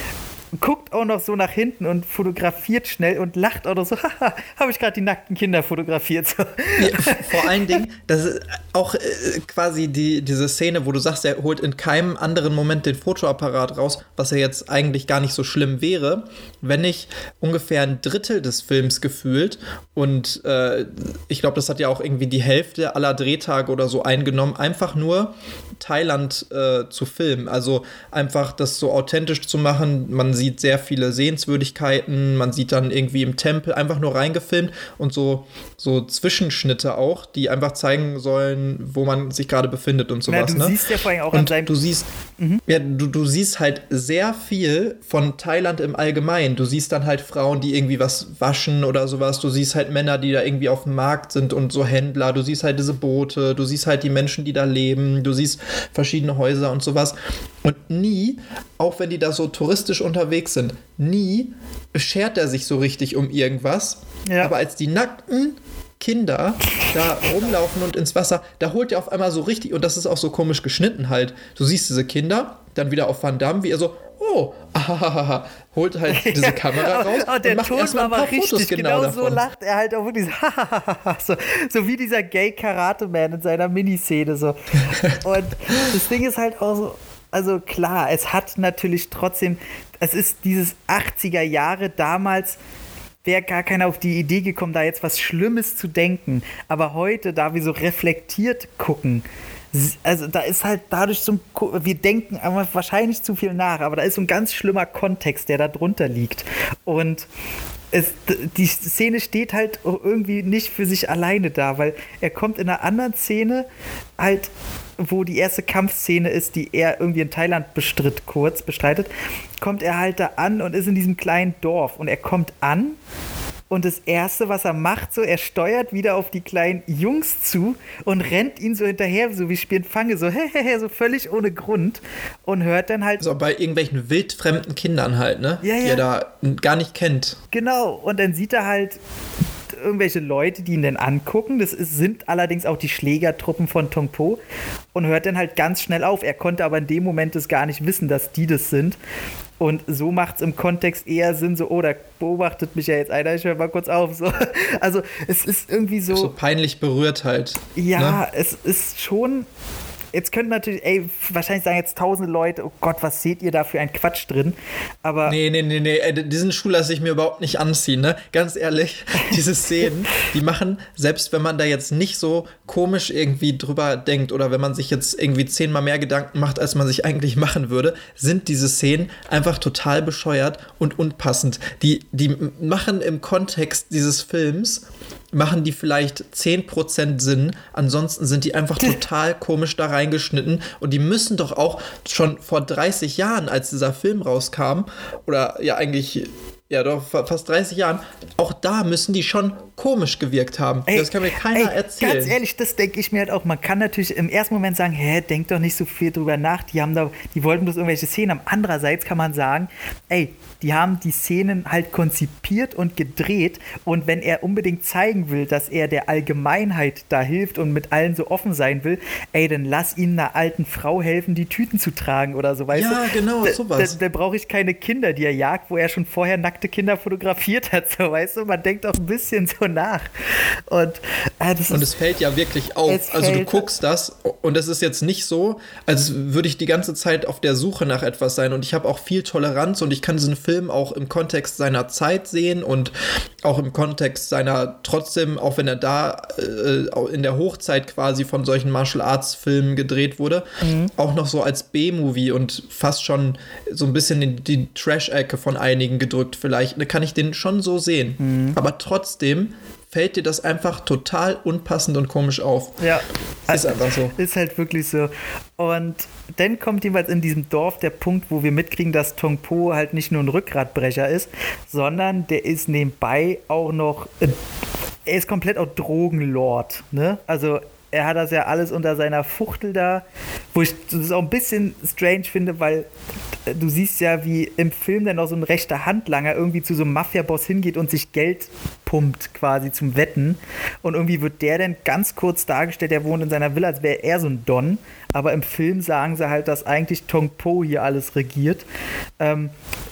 guckt auch noch so nach hinten und fotografiert schnell und lacht auch noch so, haha, habe ich gerade die nackten Kinder fotografiert. So. Ja, vor allen Dingen, das ist auch äh, quasi die, diese Szene, wo du sagst, er holt in keinem anderen Moment den Fotoapparat raus, was ja jetzt eigentlich gar nicht so schlimm wäre, wenn nicht ungefähr ein Drittel des Films gefühlt und äh, ich glaube, das hat ja auch irgendwie die Hälfte aller Drehtage oder so eingenommen, einfach nur Thailand äh, zu filmen, also einfach das so authentisch zu machen, man sieht sieht sehr viele Sehenswürdigkeiten, man sieht dann irgendwie im Tempel einfach nur reingefilmt und so, so Zwischenschnitte auch, die einfach zeigen sollen, wo man sich gerade befindet und sowas. Na, du ne? siehst ja vor allem auch und an seinem... Du siehst, mhm. ja, du, du siehst halt sehr viel von Thailand im Allgemeinen. Du siehst dann halt Frauen, die irgendwie was waschen oder sowas. Du siehst halt Männer, die da irgendwie auf dem Markt sind und so Händler. Du siehst halt diese Boote. Du siehst halt die Menschen, die da leben. Du siehst verschiedene Häuser und sowas. Und nie, auch wenn die da so touristisch unterwegs sind, nie schert er sich so richtig um irgendwas. Ja. Aber als die nackten Kinder da rumlaufen und ins Wasser, da holt er auf einmal so richtig, und das ist auch so komisch geschnitten halt, du siehst diese Kinder, dann wieder auf Van Damme, wie er so, oh, ahahaha, holt halt diese Kamera raus oh, der und macht Ton erstmal ein paar richtig, Fotos genau, genau davon. So lacht er halt auch wirklich so, so wie dieser Gay-Karate-Man in seiner Miniszene so. Und das Ding ist halt auch so, also klar, es hat natürlich trotzdem, es ist dieses achtziger Jahre damals, wäre gar keiner auf die Idee gekommen, da jetzt was Schlimmes zu denken. Aber heute, da wir so reflektiert gucken, also da ist halt dadurch so ein, wir denken aber wahrscheinlich zu viel nach, aber da ist so ein ganz schlimmer Kontext, der da drunter liegt. Und es, die Szene steht halt irgendwie nicht für sich alleine da, weil er kommt in einer anderen Szene halt, wo die erste Kampfszene ist, die er irgendwie in Thailand bestritt, kurz bestreitet, kommt er halt da an und ist in diesem kleinen Dorf. Und er kommt an und das Erste, was er macht, so, er steuert wieder auf die kleinen Jungs zu und rennt ihnen so hinterher, so wie spielen Fange, so hehehe, so völlig ohne Grund und hört dann halt... Also bei irgendwelchen wildfremden Kindern halt, ne? Ja, ja. Die er da gar nicht kennt. Genau, und dann sieht er halt irgendwelche Leute, die ihn dann angucken. Das ist, sind allerdings auch die Schlägertruppen von Tong Po und hört dann halt ganz schnell auf. Er konnte aber in dem Moment das gar nicht wissen, dass die das sind. Und so macht es im Kontext eher Sinn, so, oh, da beobachtet mich ja jetzt einer, ich höre mal kurz auf. So. Also es ist irgendwie so... So peinlich berührt halt. Ja, ne? Es ist schon... Jetzt könnten natürlich, ey, wahrscheinlich sagen jetzt tausende Leute, oh Gott, was seht ihr da für einen Quatsch drin? Aber nee, nee, nee, nee, diesen Schuh lasse ich mir überhaupt nicht anziehen, ne? Ganz ehrlich, diese Szenen, die machen, selbst wenn man da jetzt nicht so komisch irgendwie drüber denkt oder wenn man sich jetzt irgendwie zehnmal mehr Gedanken macht, als man sich eigentlich machen würde, sind diese Szenen einfach total bescheuert und unpassend. Die, die machen im Kontext dieses Films, machen die vielleicht zehn Prozent Sinn, ansonsten sind die einfach total komisch da reingeschnitten und die müssen doch auch schon vor dreißig Jahren, als dieser Film rauskam, oder ja eigentlich, ja doch, fast dreißig Jahren, auch da müssen die schon komisch gewirkt haben. Ey, das kann mir keiner ey, erzählen. Ganz ehrlich, das denke ich mir halt auch. Man kann natürlich im ersten Moment sagen, hä, denk doch nicht so viel drüber nach, die haben da, die wollten bloß irgendwelche Szenen haben. Andererseits kann man sagen, ey, die haben die Szenen halt konzipiert und gedreht und wenn er unbedingt zeigen will, dass er der Allgemeinheit da hilft und mit allen so offen sein will, ey, dann lass ihn einer alten Frau helfen, die Tüten zu tragen oder so, weißt ja, du? Ja, genau, sowas. Da, da, da brauche ich keine Kinder, die er jagt, wo er schon vorher nackte Kinder fotografiert hat, so, weißt du? Man denkt auch ein bisschen so nach. Und, äh, das und ist, es fällt ja wirklich auf. Also du guckst das und es ist jetzt nicht so, als würde ich die ganze Zeit auf der Suche nach etwas sein und ich habe auch viel Toleranz und ich kann diesen Film auch im Kontext seiner Zeit sehen und auch im Kontext seiner, trotzdem, auch wenn er da äh, in der Hochzeit quasi von solchen Martial-Arts-Filmen gedreht wurde, mhm. auch noch so als B-Movie und fast schon so ein bisschen in die Trash-Ecke von einigen gedrückt vielleicht, da kann ich den schon so sehen. Mhm. Aber trotzdem fällt dir das einfach total unpassend und komisch auf. Ja. Ist einfach so. Ist halt wirklich so. Und dann kommt jeweils in diesem Dorf der Punkt, wo wir mitkriegen, dass Tong Po halt nicht nur ein Rückgratbrecher ist, sondern der ist nebenbei auch noch, äh, er ist komplett auch Drogenlord, ne? Also er hat das ja alles unter seiner Fuchtel da, wo ich das auch ein bisschen strange finde, weil du siehst ja, wie im Film dann noch so ein rechter Handlanger irgendwie zu so einem Mafia-Boss hingeht und sich Geld pumpt quasi zum Wetten und irgendwie wird der dann ganz kurz dargestellt, der wohnt in seiner Villa, als wäre er so ein Don, aber im Film sagen sie halt, dass eigentlich Tong Po hier alles regiert. Ähm,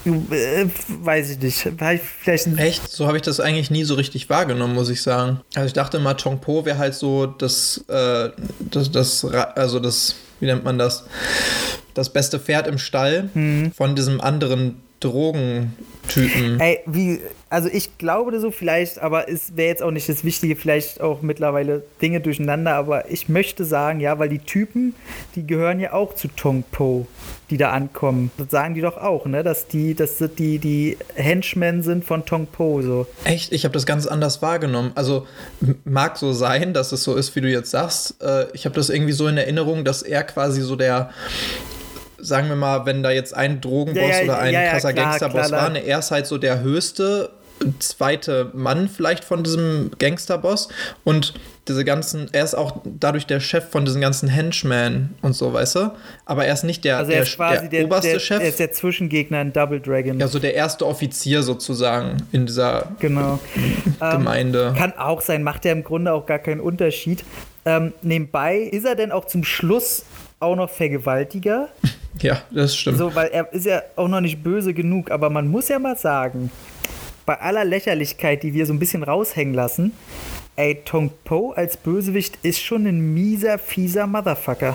äh, weiß ich nicht. Vielleicht ein Echt? So habe ich das eigentlich nie so richtig wahrgenommen, muss ich sagen. Also ich dachte immer, Tong Po wäre halt so das, äh, das, das, also das, wie nennt man das? Das beste Pferd im Stall mhm. von diesem anderen Drogentypen. Ey, wie, also ich glaube so vielleicht, aber es wäre jetzt auch nicht das Wichtige, vielleicht auch mittlerweile Dinge durcheinander, aber ich möchte sagen, ja, weil die Typen, die gehören ja auch zu Tong Po, die da ankommen. Das sagen die doch auch, ne, dass die, dass die, die Henchmen sind von Tong Po, so. Echt? Ich habe das ganz anders wahrgenommen. Also mag so sein, dass es so ist, wie du jetzt sagst. Äh, ich habe das irgendwie so in Erinnerung, dass er quasi so der, sagen wir mal, wenn da jetzt ein Drogenboss ja, ja, oder ein ja, ja, krasser klar, Gangsterboss klar, war, ne, er ist halt so der höchste, zweite Mann vielleicht von diesem Gangsterboss und diese ganzen, er ist auch dadurch der Chef von diesen ganzen Henchmen und so, weißt du? Aber er ist nicht der, also er ist der, quasi der, der oberste der, Chef. Er ist der Zwischengegner in Double Dragon. Ja, so der erste Offizier sozusagen in dieser genau. Gemeinde. Ähm, kann auch sein, macht ja im Grunde auch gar keinen Unterschied. Ähm, nebenbei, ist er denn auch zum Schluss auch noch Vergewaltiger? Ja, das stimmt. So, weil er ist ja auch noch nicht böse genug, aber man muss ja mal sagen, bei aller Lächerlichkeit, die wir so ein bisschen raushängen lassen, ey, Tong Po als Bösewicht ist schon ein mieser, fieser Motherfucker.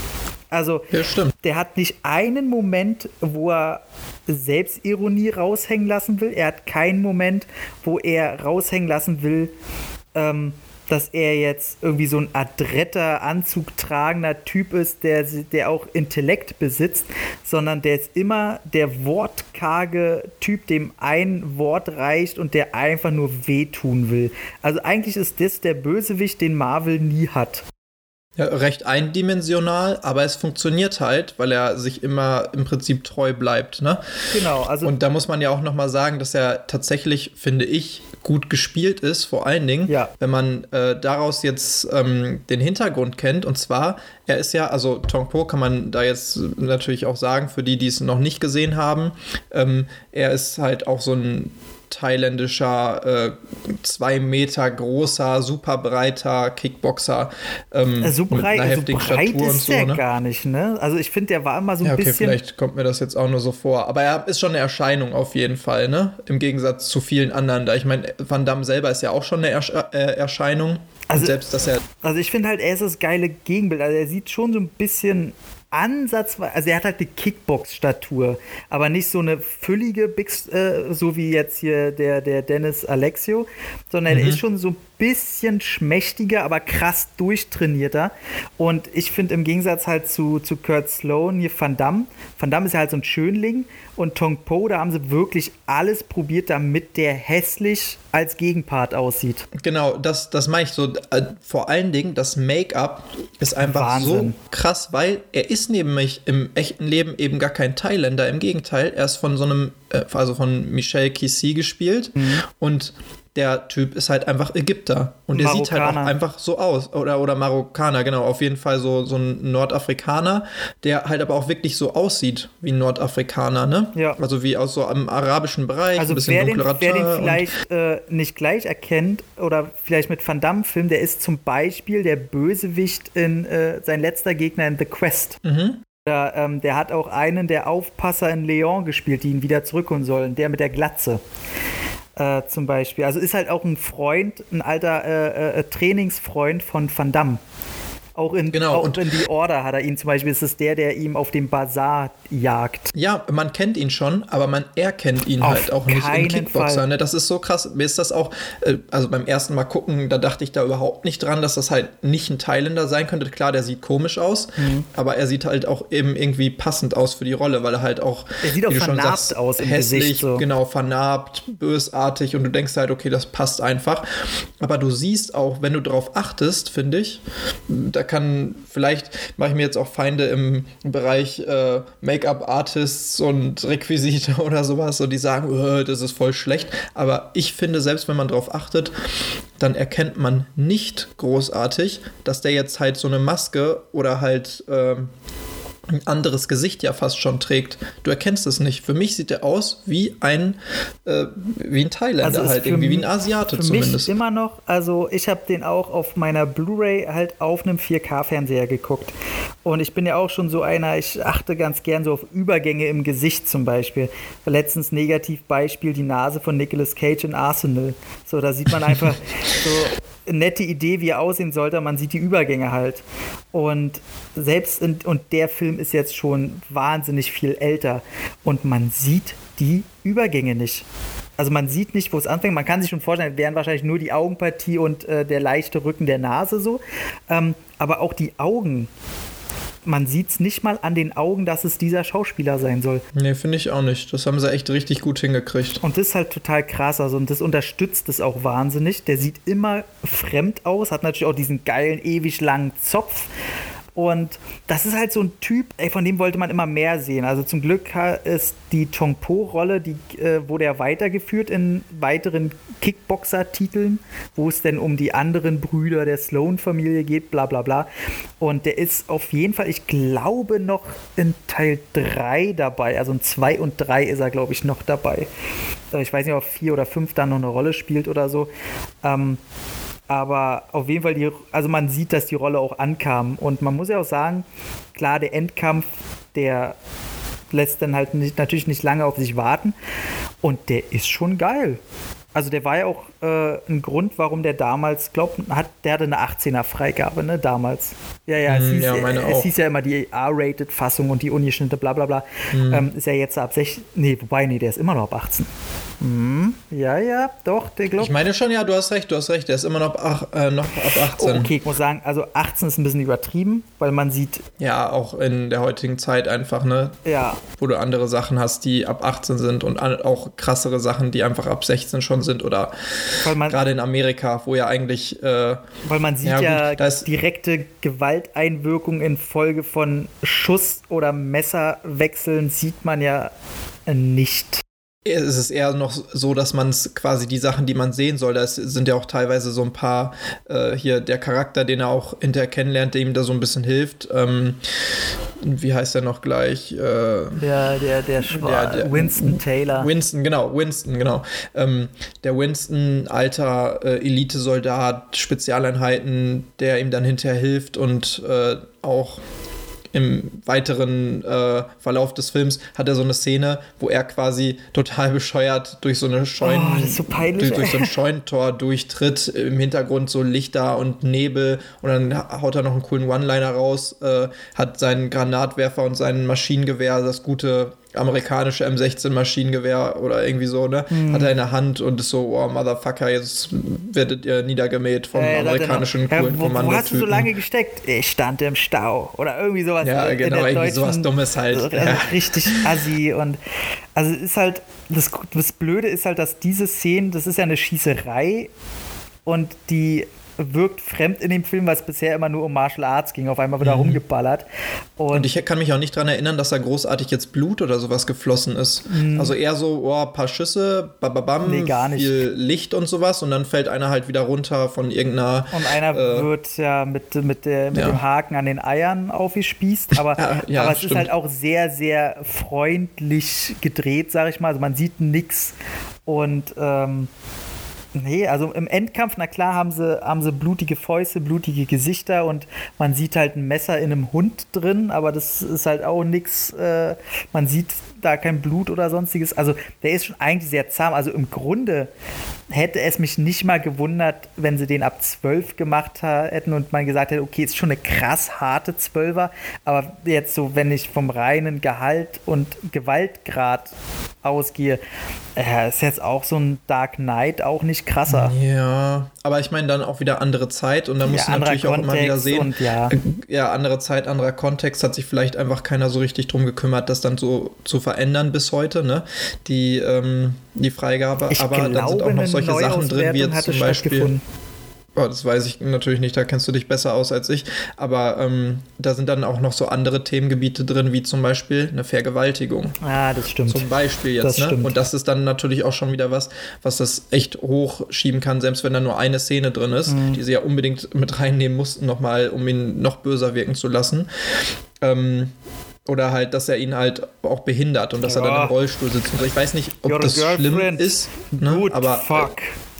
Also, ja, stimmt. Der hat nicht einen Moment, wo er Selbstironie raushängen lassen will. Er hat keinen Moment, wo er raushängen lassen will, ähm, dass er jetzt irgendwie so ein adretter, anzugtragender Typ ist, der, der auch Intellekt besitzt, sondern der ist immer der wortkarge Typ, dem ein Wort reicht und der einfach nur wehtun will. Also eigentlich ist das der Bösewicht, den Marvel nie hat. Ja, recht eindimensional, aber es funktioniert halt, weil er sich immer im Prinzip treu bleibt, ne? Genau, also. Und da muss man ja auch nochmal sagen, dass er tatsächlich, finde ich, gut gespielt ist, vor allen Dingen, ja. wenn man äh, daraus jetzt ähm, den Hintergrund kennt. Und zwar, er ist ja, also Tong Po kann man da jetzt natürlich auch sagen, für die, die es noch nicht gesehen haben, ähm, er ist halt auch so ein thailändischer, äh, zwei Meter großer, super breiter Kickboxer. Ähm, so breit, mit einer heftigen so breit Statur ist und so, der ne? gar nicht, ne? Also ich finde, der war immer so ein ja, okay, bisschen... vielleicht kommt mir das jetzt auch nur so vor. Aber er ist schon eine Erscheinung auf jeden Fall, ne? Im Gegensatz zu vielen anderen da. Ich meine, Van Damme selber ist ja auch schon eine Ersche- äh, Erscheinung. Also, und selbst, dass er... Also ich finde halt, er ist das geile Gegenbild. Also er sieht schon so ein bisschen... Ansatzweise, also er hat halt die Kickbox-Statur, aber nicht so eine füllige, Big, äh, so wie jetzt hier der, der Dennis Alexio, sondern mhm. er ist schon so ein bisschen schmächtiger, aber krass durchtrainierter. Und ich finde im Gegensatz halt zu, zu Kurt Sloan hier Van Damme, Van Damme ist ja halt so ein Schönling und Tong Po, da haben sie wirklich alles probiert, damit der hässlich als Gegenpart aussieht. Genau, das, das meine ich so. Äh, vor allen Dingen, das Make-up ist einfach Wahnsinn. so krass, weil er ist nämlich im echten Leben eben gar kein Thailänder. Im Gegenteil, er ist von so einem, äh, also von Michel Kissi gespielt mhm. und der Typ ist halt einfach Ägypter. Und der sieht halt auch einfach so aus. Oder, oder Marokkaner, genau. Auf jeden Fall so, so ein Nordafrikaner, der halt aber auch wirklich so aussieht wie ein Nordafrikaner, ne? Ja. Also wie aus so einem arabischen Bereich, also ein bisschen wer den, dunklerer wer den Teint vielleicht äh, nicht gleich erkennt oder vielleicht mit Van Damme-Film, der ist zum Beispiel der Bösewicht in äh, sein letzter Gegner in The Quest. Mhm. Der, ähm, der hat auch einen der Aufpasser in Leon gespielt, die ihn wieder zurückholen sollen. Der mit der Glatze. Äh, zum Beispiel. Also ist halt auch ein Freund, ein alter äh, äh, Trainingsfreund von Van Damme. Auch in, genau, auch und in The Order hat er ihn zum Beispiel, ist es der, der ihm auf dem Bazar jagt. Ja, man kennt ihn schon, aber man erkennt ihn auf halt auch nicht im Kickboxer. Ne? Das ist so krass. Mir ist das auch, äh, also beim ersten Mal gucken, da dachte ich da überhaupt nicht dran, dass das halt nicht ein Thailänder sein könnte. Klar, der sieht komisch aus, mhm. aber er sieht halt auch eben irgendwie passend aus für die Rolle, weil er halt auch, er sieht auch wie du schon vernarbt sagst, aus im hässlich, Gesicht, so. Genau, vernarbt, bösartig und du denkst halt, okay, das passt einfach. Aber du siehst auch, wenn du darauf achtest, finde ich, da kann, vielleicht mache ich mir jetzt auch Feinde im Bereich äh, Make-up-Artists und Requisite oder sowas, so die sagen, oh, das ist voll schlecht. Aber ich finde, selbst wenn man darauf achtet, dann erkennt man nicht großartig, dass der jetzt halt so eine Maske oder halt ähm, ein anderes Gesicht ja fast schon trägt. Du erkennst es nicht. Für mich sieht er aus wie ein äh, wie ein Thailänder, also halt irgendwie, wie ein Asiate für zumindest. Für mich immer noch, also ich habe den auch auf meiner Blu-ray halt auf einem vier K-Fernseher geguckt. Und ich bin ja auch schon so einer, ich achte ganz gern so auf Übergänge im Gesicht zum Beispiel. Letztens Negativbeispiel, die Nase von Nicolas Cage in Arsenal. So, da sieht man einfach so eine nette Idee, wie er aussehen sollte, man sieht die Übergänge halt. Und selbst in, und der Film ist jetzt schon wahnsinnig viel älter und man sieht die Übergänge nicht. Also man sieht nicht, wo es anfängt. Man kann sich schon vorstellen, wären wahrscheinlich nur die Augenpartie und äh, der leichte Rücken der Nase so. Ähm, aber auch die Augen. Man sieht es nicht mal an den Augen, dass es dieser Schauspieler sein soll. Nee, finde ich auch nicht. Das haben sie echt richtig gut hingekriegt. Und das ist halt total krass. Also, und das unterstützt es auch wahnsinnig. Der sieht immer fremd aus, hat natürlich auch diesen geilen, ewig langen Zopf. Und das ist halt so ein Typ, ey, von dem wollte man immer mehr sehen. Also zum Glück ist die Chong-Po-Rolle, die äh, wurde ja weitergeführt in weiteren Kickboxer-Titeln, wo es denn um die anderen Brüder der Sloan-Familie geht, bla bla bla. Und der ist auf jeden Fall, ich glaube, noch in Teil drei dabei. Also in zwei und drei ist er, glaube ich, noch dabei. Ich weiß nicht, ob vier oder fünf dann noch eine Rolle spielt oder so. Ähm, Aber auf jeden Fall, die, also man sieht, dass die Rolle auch ankam. Und man muss ja auch sagen, klar, der Endkampf, der lässt dann halt nicht, natürlich nicht lange auf sich warten. Und der ist schon geil. Also der war ja auch äh, ein Grund, warum der damals, glaubt, hat, der hatte eine achtzehner Freigabe, ne, damals. Ja, ja, es, mm, hieß, ja, meine es auch. hieß ja immer die R-Rated-Fassung und die ungeschnittene, bla bla bla. Mm. Ähm, ist ja jetzt ab sechzehn, nee, wobei, nee, der ist immer noch ab achtzehn. Mhm. Ja, ja, doch, der glaubt. Ich meine schon, ja, du hast recht, du hast recht, der ist immer noch ab, ach, äh, noch ab achtzehn. Oh, okay, ich muss sagen, also achtzehn ist ein bisschen übertrieben, weil man sieht. Ja, auch in der heutigen Zeit einfach, ne? Ja. Wo du andere Sachen hast, die ab achtzehn sind und auch krassere Sachen, die einfach ab sechzehn schon sind oder gerade in Amerika, wo ja eigentlich. Äh, weil man sieht ja, ja gut, direkte Gewalteinwirkung in Folge von Schuss- oder Messerwechseln sieht man ja nicht. Es ist eher noch so, dass man es quasi die Sachen, die man sehen soll, das sind ja auch teilweise so ein paar, äh, hier der Charakter, den er auch hinterher kennenlernt, der ihm da so ein bisschen hilft. Ähm, wie heißt er noch gleich? Äh, der, der, der, der, der Winston Taylor. Winston, genau, Winston, genau. Ähm, der Winston, alter äh, Elitesoldat, Spezialeinheiten, der ihm dann hinterher hilft und äh, auch im weiteren äh, Verlauf des Films hat er so eine Szene, wo er quasi total bescheuert durch so eine Scheune, oh, das ist so peinlich, durch, durch so ein Scheunentor durchtritt, im Hintergrund so Lichter und Nebel und dann haut er noch einen coolen One-Liner raus, äh, hat seinen Granatwerfer und sein Maschinengewehr, das gute amerikanische M sechzehn Maschinengewehr oder irgendwie so, ne, mhm. hat er in der Hand und ist so, oh, Motherfucker, jetzt werdet ihr niedergemäht vom äh, amerikanischen noch, coolen ja, Kommandotypen. Wo hast du so lange gesteckt? Ich stand im Stau oder irgendwie sowas. Ja, in genau, der irgendwie deutschen, sowas Dummes halt. Also ja. Richtig assi und also ist halt, das, das Blöde ist halt, dass diese Szenen, das ist ja eine Schießerei und die wirkt fremd in dem Film, weil es bisher immer nur um Martial Arts ging, auf einmal wieder mhm. rumgeballert. Und, und ich kann mich auch nicht daran erinnern, dass da großartig jetzt Blut oder sowas geflossen ist. Mhm. Also eher so, oh, ein paar Schüsse, bababam, nee, gar nicht. Viel Licht und sowas und dann fällt einer halt wieder runter von irgendeiner... Und einer äh, wird ja mit, mit, der, mit ja. dem Haken an den Eiern aufgespießt, aber, ja, ja, aber es stimmt. Ist halt auch sehr, sehr freundlich gedreht, sag ich mal. Also man sieht nix und ähm, nee, also im Endkampf, na klar, haben sie, haben sie blutige Fäuste, blutige Gesichter und man sieht halt ein Messer in einem Hund drin, aber das ist halt auch nix, äh, man sieht da kein Blut oder sonstiges. Also der ist schon eigentlich sehr zahm. Also im Grunde hätte es mich nicht mal gewundert, wenn sie den ab zwölf gemacht hätten und man gesagt hätte, okay, ist schon eine krass harte Zwölfer, aber jetzt so, wenn ich vom reinen Gehalt und Gewaltgrad ausgehe, äh, ist jetzt auch so ein Dark Knight auch nicht krasser. Ja, aber ich meine dann auch wieder andere Zeit und da musst ja, du natürlich auch immer wieder sehen, und, ja. ja, andere Zeit, anderer Kontext, hat sich vielleicht einfach keiner so richtig drum gekümmert, das dann so zu verändern bis heute, ne, die, ähm, die Freigabe, ich aber glaube, dann sind auch noch solche Sachen drin, wie jetzt zum Beispiel... Oh, das weiß ich natürlich nicht, da kennst du dich besser aus als ich, aber ähm, da sind dann auch noch so andere Themengebiete drin, wie zum Beispiel eine Vergewaltigung. Ah, das stimmt. Zum Beispiel jetzt, ne? Und das ist dann natürlich auch schon wieder was, was das echt hochschieben kann, selbst wenn da nur eine Szene drin ist, mhm. die sie ja unbedingt mit reinnehmen mussten nochmal, um ihn noch böser wirken zu lassen. Ähm, Oder halt, dass er ihn halt auch behindert und dass ja. er dann im Rollstuhl sitzt. Und ich weiß nicht, ob You're das schlimm ist. Ne? Good aber fuck.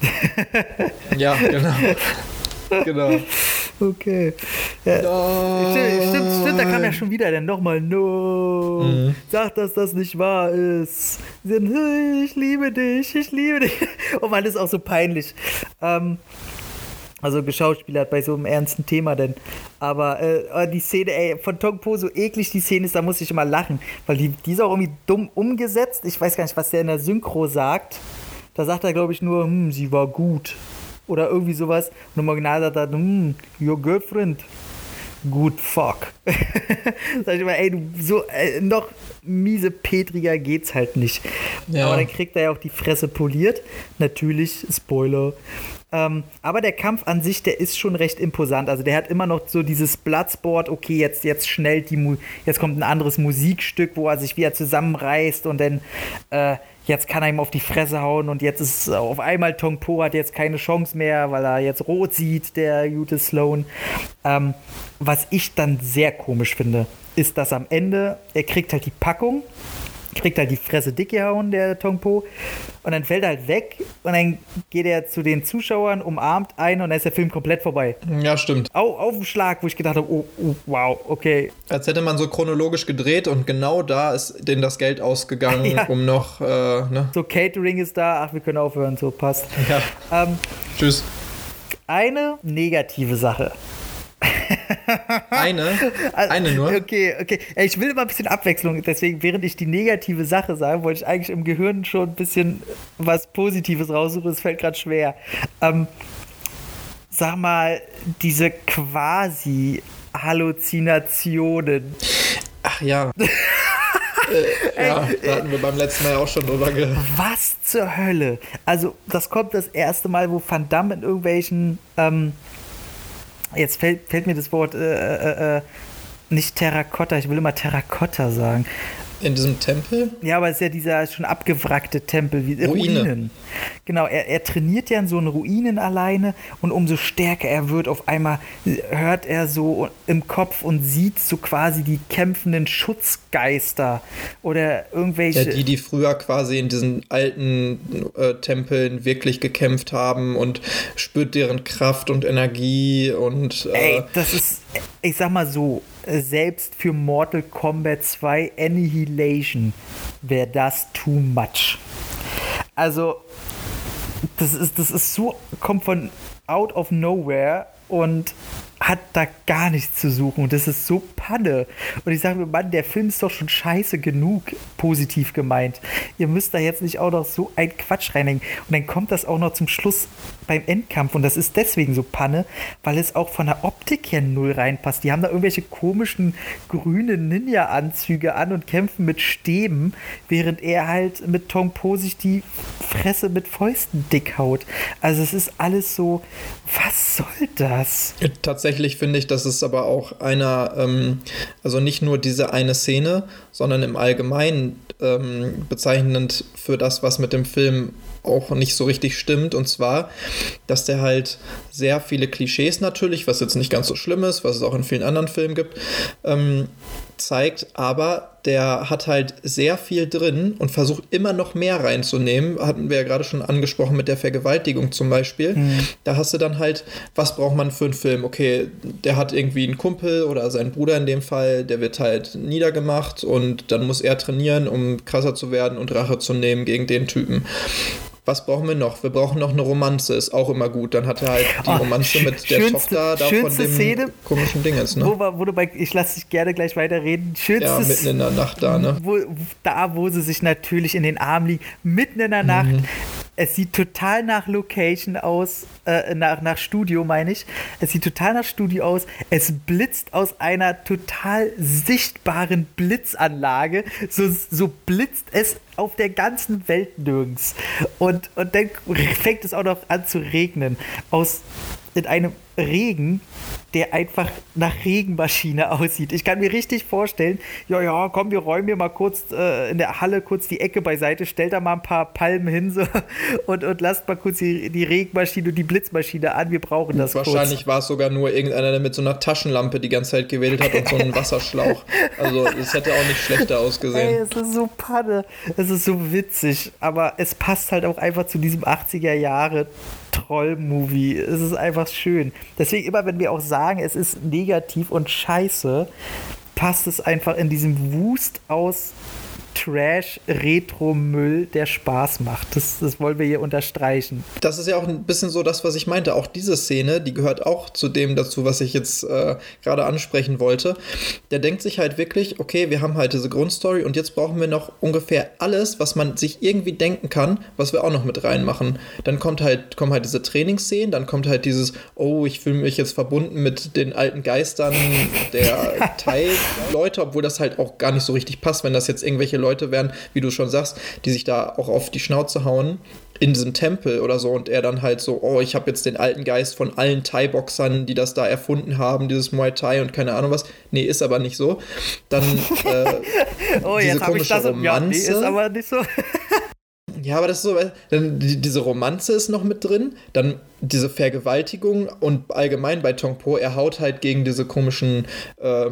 Ja, genau. Genau. Okay. Ja. No. Stimmt, stimmt, stimmt, da kam ja schon wieder dann nochmal No. Mhm. Sag, dass das nicht wahr ist. Ich liebe dich, ich liebe dich. Oh Mann, das ist auch so peinlich. Ähm, Also geschauspielert bei so einem ernsten Thema denn. Aber äh, die Szene, ey, von Tong Po, so eklig die Szene ist, da muss ich immer lachen. Weil die, die ist auch irgendwie dumm umgesetzt. Ich weiß gar nicht, was der in der Synchro sagt. Da sagt er, glaube ich, nur, hm, sie war gut. Oder irgendwie sowas. Und im Original sagt er, hm, your girlfriend. Good fuck. Sag ich immer, ey, du, so äh, noch miese Petriger geht's halt nicht. Ja. Aber dann kriegt er ja auch die Fresse poliert. Natürlich, Spoiler. Ähm, aber der Kampf an sich, der ist schon recht imposant. Also der hat immer noch so dieses Bloodsport, okay, jetzt, jetzt schnell die Mu- jetzt kommt ein anderes Musikstück, wo er sich wieder zusammenreißt und dann äh, jetzt kann er ihm auf die Fresse hauen und jetzt ist auf einmal Tong Po hat jetzt keine Chance mehr, weil er jetzt rot sieht, der gute Sloan. Ähm, was ich dann sehr komisch finde, ist, dass am Ende, er kriegt halt die Packung, kriegt halt die Fresse dick gehauen, der Tong Po, und dann fällt er halt weg und dann geht er zu den Zuschauern, umarmt einen und dann ist der Film komplett vorbei. Ja, stimmt. Au, auf den Schlag, wo ich gedacht habe, oh, oh, wow, okay. Als hätte man so chronologisch gedreht und genau da ist denen das Geld ausgegangen, ja. um noch, äh, ne? So, Catering ist da, ach, wir können aufhören, so, passt. Ja. Ähm, Tschüss. Eine negative Sache. Eine? Eine nur? Okay, okay. Ich will immer ein bisschen Abwechslung, deswegen, während ich die negative Sache sage, wollte ich eigentlich im Gehirn schon ein bisschen was Positives raussuchen, es fällt gerade schwer. Ähm, sag mal, diese quasi Halluzinationen. Ach ja. äh, ja, da hatten wir beim letzten Mal auch schon drüber geredet. Was zur Hölle? Also, das kommt das erste Mal, wo Van Damme in irgendwelchen ähm, jetzt fällt, fällt mir das Wort äh, äh, nicht Terrakotta, ich will immer Terrakotta sagen. In diesem Tempel? Ja, aber es ist ja dieser schon abgewrackte Tempel, wie Ruine. Ruinen. Genau, er, er trainiert ja in so einen Ruinen alleine und umso stärker er wird, auf einmal hört er so im Kopf und sieht so quasi die kämpfenden Schutzgeister oder irgendwelche... Ja, die, die früher quasi in diesen alten äh, Tempeln wirklich gekämpft haben und spürt deren Kraft und Energie und... Äh, Ey, das ist, ich sag mal so, selbst für Mortal Kombat zwei Annihilation wäre das too much. Also, das ist, das ist so, kommt von out of nowhere und hat da gar nichts zu suchen und das ist so Panne. Und ich sage mir, Mann, der Film ist doch schon scheiße genug, positiv gemeint. Ihr müsst da jetzt nicht auch noch so ein Quatsch reinhängen. Und dann kommt das auch noch zum Schluss beim Endkampf und das ist deswegen so Panne, weil es auch von der Optik her null reinpasst. Die haben da irgendwelche komischen grünen Ninja-Anzüge an und kämpfen mit Stäben, während er halt mit Tong Po sich die Fresse mit Fäusten dick haut. Also es ist alles so, was soll das? Tatsächlich finde ich, dass es aber auch einer, ähm, also nicht nur diese eine Szene, sondern im Allgemeinen ähm, bezeichnend für das, was mit dem Film auch nicht so richtig stimmt, und zwar, dass der halt sehr viele Klischees natürlich, was jetzt nicht ganz so schlimm ist, was es auch in vielen anderen Filmen gibt, ähm, zeigt, aber der hat halt sehr viel drin und versucht immer noch mehr reinzunehmen. Hatten wir ja gerade schon angesprochen mit der Vergewaltigung zum Beispiel. Mhm. Da hast du dann halt, was braucht man für einen Film? Okay, der hat irgendwie einen Kumpel oder seinen Bruder in dem Fall, der wird halt niedergemacht und dann muss er trainieren, um krasser zu werden und Rache zu nehmen gegen den Typen. Was brauchen wir noch? Wir brauchen noch eine Romanze, ist auch immer gut. Dann hat er halt die Romanze oh, mit der schönste, Tochter da von dem Szene, komischen Ding jetzt, ne? Wo, wo du bei, ich lasse dich gerne gleich weiterreden. Schönste ja, mitten in der Nacht da, ne? Wo, da, wo sie sich natürlich in den Armen liegen, mitten in der Nacht. Mhm. Es sieht total nach Location aus, äh, nach, nach Studio meine ich. Es sieht total nach Studio aus. Es blitzt aus einer total sichtbaren Blitzanlage. So, so blitzt es auf der ganzen Welt nirgends. Und, und dann fängt es auch noch an zu regnen. Aus in einem Regen, der einfach nach Regenmaschine aussieht. Ich kann mir richtig vorstellen, ja, ja, komm, wir räumen hier mal kurz äh, in der Halle kurz die Ecke beiseite, stellt da mal ein paar Palmen hin so, und, und lasst mal kurz die, die Regenmaschine und die Blitzmaschine an, wir brauchen das kurz. Wahrscheinlich war es sogar nur irgendeiner, der mit so einer Taschenlampe die ganze Zeit gewedelt hat und so einen Wasserschlauch. Also es hätte auch nicht schlechter ausgesehen. Ey, es ist so Panne, es ist so witzig, aber es passt halt auch einfach zu diesem achtziger Jahre Troll-Movie. Es ist einfach schön. Deswegen immer, wenn wir auch sagen, es ist negativ und scheiße, passt es einfach in diesem Wust aus Trash-Retro-Müll, der Spaß macht. Das, das wollen wir hier unterstreichen. Das ist ja auch ein bisschen so das, was ich meinte. Auch diese Szene, die gehört auch zu dem dazu, was ich jetzt äh, gerade ansprechen wollte. Der denkt sich halt wirklich, okay, wir haben halt diese Grundstory und jetzt brauchen wir noch ungefähr alles, was man sich irgendwie denken kann, was wir auch noch mit reinmachen. Dann kommt halt, kommen halt diese Trainingsszenen, dann kommt halt dieses, oh, ich fühle mich jetzt verbunden mit den alten Geistern der Thai-Leute, obwohl das halt auch gar nicht so richtig passt, wenn das jetzt irgendwelche Leute wären, wie du schon sagst, die sich da auch auf die Schnauze hauen in diesem Tempel oder so und er dann halt so, oh, ich habe jetzt den alten Geist von allen Thai-Boxern, die das da erfunden haben, dieses Muay Thai und keine Ahnung was. Nee, ist aber nicht so. Dann äh, oh, diese jetzt komische ich das Romanze. Ja, nee, ist aber nicht so. Ja, aber das ist so, dann die, diese Romanze ist noch mit drin, dann diese Vergewaltigung und allgemein bei Tong Po, er haut halt gegen diese komischen, äh,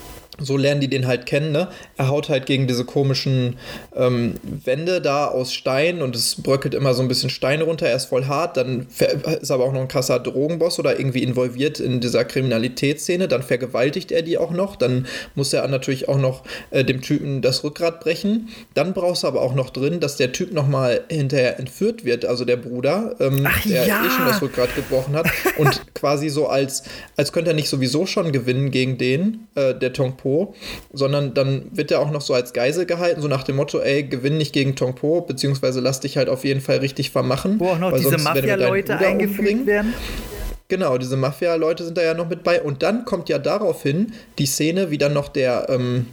so lernen die den halt kennen, ne? Er haut halt gegen diese komischen ähm, Wände da aus Stein und es bröckelt immer so ein bisschen Steine runter, er ist voll hart, dann ist aber auch noch ein krasser Drogenboss oder irgendwie involviert in dieser Kriminalitätsszene, dann vergewaltigt er die auch noch, dann muss er natürlich auch noch äh, dem Typen das Rückgrat brechen, dann brauchst du aber auch noch drin, dass der Typ nochmal hinterher entführt wird, also der Bruder, ähm, Ach, der ja. eh schon das Rückgrat gebrochen hat und quasi so als, als könnte er nicht sowieso schon gewinnen gegen den, äh, der Tong Po, sondern dann wird er auch noch so als Geisel gehalten, so nach dem Motto, ey, gewinn nicht gegen Tong Po, beziehungsweise lass dich halt auf jeden Fall richtig vermachen. Wo auch noch diese Mafia-Leute eingefügt werden. Genau, diese Mafia-Leute sind da ja noch mit bei. Und dann kommt ja daraufhin die Szene, wie dann noch der, ähm,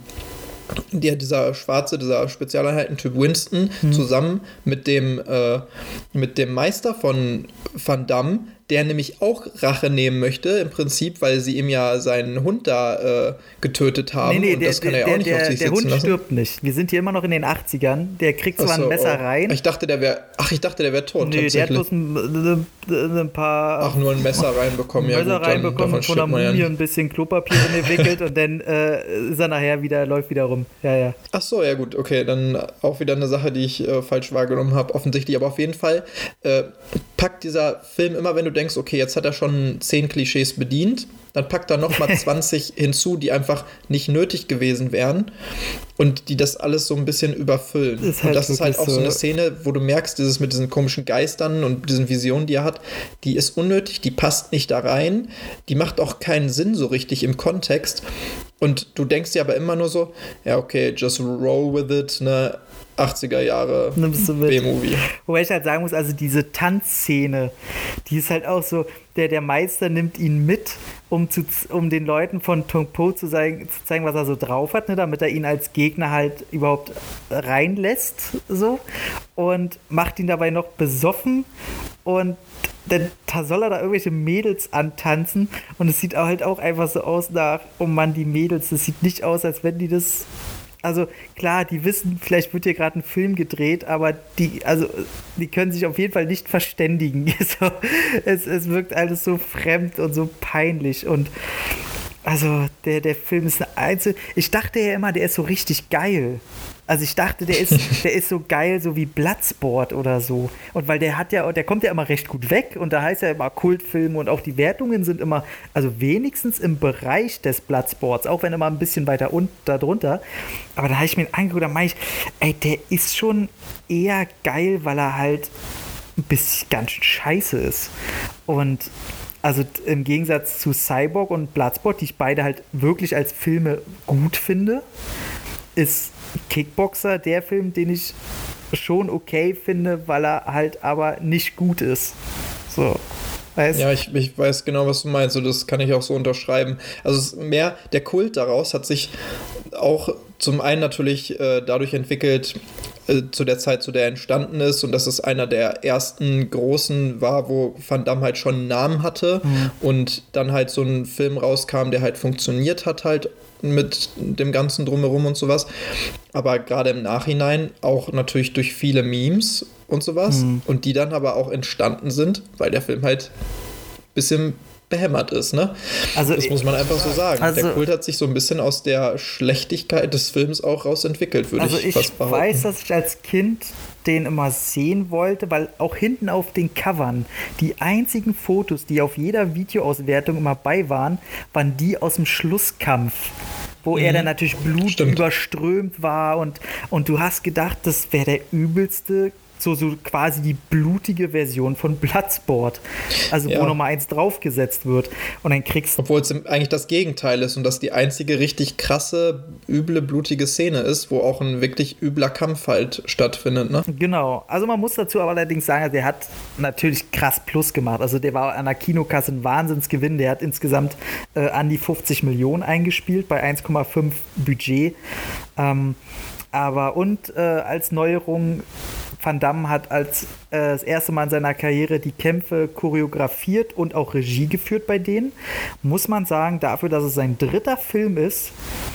der dieser schwarze, dieser Spezialeinheiten-Typ Winston hm. zusammen mit dem, äh, mit dem Meister von Van Damme, der nämlich auch Rache nehmen möchte, im Prinzip, weil sie ihm ja seinen Hund da äh, getötet haben. Nee, nee, und der, das kann er ja der, auch nicht der, auf sich der sitzen Hund lassen. stirbt nicht. Wir sind hier immer noch in den achtzigern. Der kriegt zwar so, ein Messer oh. rein. Ich dachte, der wäre. Ach, ich dachte, der wäre tot. Nee, der hat bloß ein, ein paar. Ach, nur ein Messer reinbekommen. Ein ja, Messer gut, reinbekommen, von der Mumie ja. ein bisschen Klopapier gewickelt und dann äh, ist er nachher wieder, läuft wieder rum. Ja, ja. Ach so, ja gut, okay. Dann auch wieder eine Sache, die ich äh, falsch wahrgenommen habe, offensichtlich. Aber auf jeden Fall äh, packt dieser Film immer, wenn du denkst, okay, jetzt hat er schon zehn Klischees bedient, dann packt er nochmal zwanzig hinzu, die einfach nicht nötig gewesen wären und die das alles so ein bisschen überfüllen. Das halt und das ist halt auch so eine Szene, wo du merkst, dieses mit diesen komischen Geistern und diesen Visionen, die er hat, die ist unnötig, die passt nicht da rein, die macht auch keinen Sinn so richtig im Kontext und du denkst dir aber immer nur so, ja okay, just roll with it, ne, achtziger Jahre B-Movie. Wobei ich halt sagen muss, also diese Tanzszene, die ist halt auch so, der, der Meister nimmt ihn mit, um, zu, um den Leuten von Tong Po zu zeigen, zu zeigen, was er so drauf hat, ne, damit er ihn als Gegner halt überhaupt reinlässt, so, und macht ihn dabei noch besoffen und dann soll er da irgendwelche Mädels antanzen und es sieht auch halt auch einfach so aus nach, oh Mann, die Mädels, das sieht nicht aus, als wenn die das. Also klar, die wissen, vielleicht wird hier gerade ein Film gedreht, aber die, also, die können sich auf jeden Fall nicht verständigen. So, es, es wirkt alles so fremd und so peinlich. Und also der, der Film ist eine Einzel. Ich dachte ja immer, der ist so richtig geil. Also ich dachte, der ist, der ist so geil, so wie Bloodsport oder so. Und weil der hat ja, der kommt ja immer recht gut weg und da heißt ja immer Kultfilm und auch die Wertungen sind immer, also wenigstens im Bereich des Bloodsports, auch wenn immer ein bisschen weiter unten darunter. Aber da habe ich mir angeguckt, da meine ich, ey, der ist schon eher geil, weil er halt ein bisschen ganz schön scheiße ist. Und also im Gegensatz zu Cyborg und Bloodsport, die ich beide halt wirklich als Filme gut finde, ist Kickboxer der Film, den ich schon okay finde, weil er halt aber nicht gut ist. So. Weißt? Ja, ich, ich weiß genau, was du meinst. Und das kann ich auch so unterschreiben. Also es ist mehr, der Kult daraus hat sich auch zum einen natürlich äh, dadurch entwickelt, äh, zu der Zeit, zu der er entstanden ist. Und dass es einer der ersten großen war, wo Van Damme halt schon einen Namen hatte. Mhm. Und dann halt so ein Film rauskam, der halt funktioniert hat halt mit dem ganzen Drumherum und sowas. Aber gerade im Nachhinein auch natürlich durch viele Memes und sowas. Mhm. Und die dann aber auch entstanden sind, weil der Film halt ein bisschen behämmert ist, ne? Also, das muss man einfach so sagen. Also, der Kult hat sich so ein bisschen aus der Schlechtigkeit des Films auch rausentwickelt, würde also ich, ich fast behaupten. Also ich weiß, dass ich als Kind den immer sehen wollte, weil auch hinten auf den Covern die einzigen Fotos, die auf jeder Videoauswertung immer bei waren, waren die aus dem Schlusskampf wo mhm. er dann natürlich blutüberströmt war und, und du hast gedacht, das wäre der übelste, so, so quasi die blutige Version von Bloodsport. Also ja. wo nochmal eins draufgesetzt wird. Und dann kriegst Obwohl es eigentlich das Gegenteil ist und das die einzige richtig krasse, üble, blutige Szene ist, wo auch ein wirklich übler Kampf halt stattfindet, ne? Genau. Also man muss dazu aber allerdings sagen, der hat natürlich krass Plus gemacht. Also der war an der Kinokasse ein Wahnsinnsgewinn. Der hat insgesamt äh, an die fünfzig Millionen eingespielt bei eins Komma fünf Budget. Ähm, aber und äh, als Neuerung, Van Damme hat als äh, das erste Mal in seiner Karriere die Kämpfe choreografiert und auch Regie geführt bei denen. Muss man sagen, dafür, dass es sein dritter Film ist,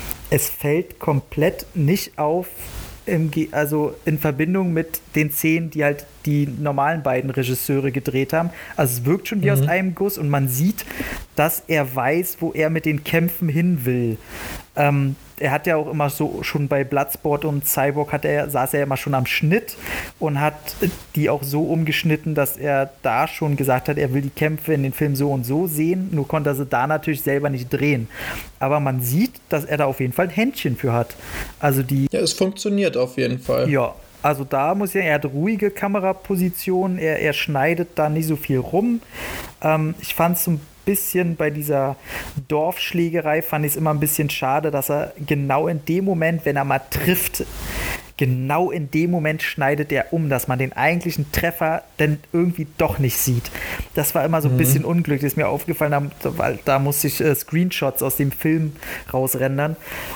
es fällt komplett nicht auf, im Ge- also in Verbindung mit den Szenen, die halt die normalen beiden Regisseure gedreht haben. Also es wirkt schon wie mhm. aus einem Guss und man sieht, dass er weiß, wo er mit den Kämpfen hin will. Ähm, er hat ja auch immer so, schon bei Bloodsport und Cyborg hat er, saß er immer schon am Schnitt und hat die auch so umgeschnitten, dass er da schon gesagt hat, er will die Kämpfe in den Film so und so sehen, nur konnte er sie da natürlich selber nicht drehen. Aber man sieht, dass er da auf jeden Fall ein Händchen für hat. Also die... Ja, es funktioniert auf jeden Fall. Ja, also da muss ich sagen, er hat ruhige Kamerapositionen, er, er schneidet da nicht so viel rum. Ähm, ich fand es so ein bisschen bei dieser Dorfschlägerei, fand ich es immer ein bisschen schade, dass er genau in dem Moment, wenn er mal trifft, genau in dem Moment schneidet er um, dass man den eigentlichen Treffer dann irgendwie doch nicht sieht. Das war immer so ein mhm. bisschen unglücklich, das ist mir aufgefallen, weil da musste ich äh, Screenshots aus dem Film rausrendern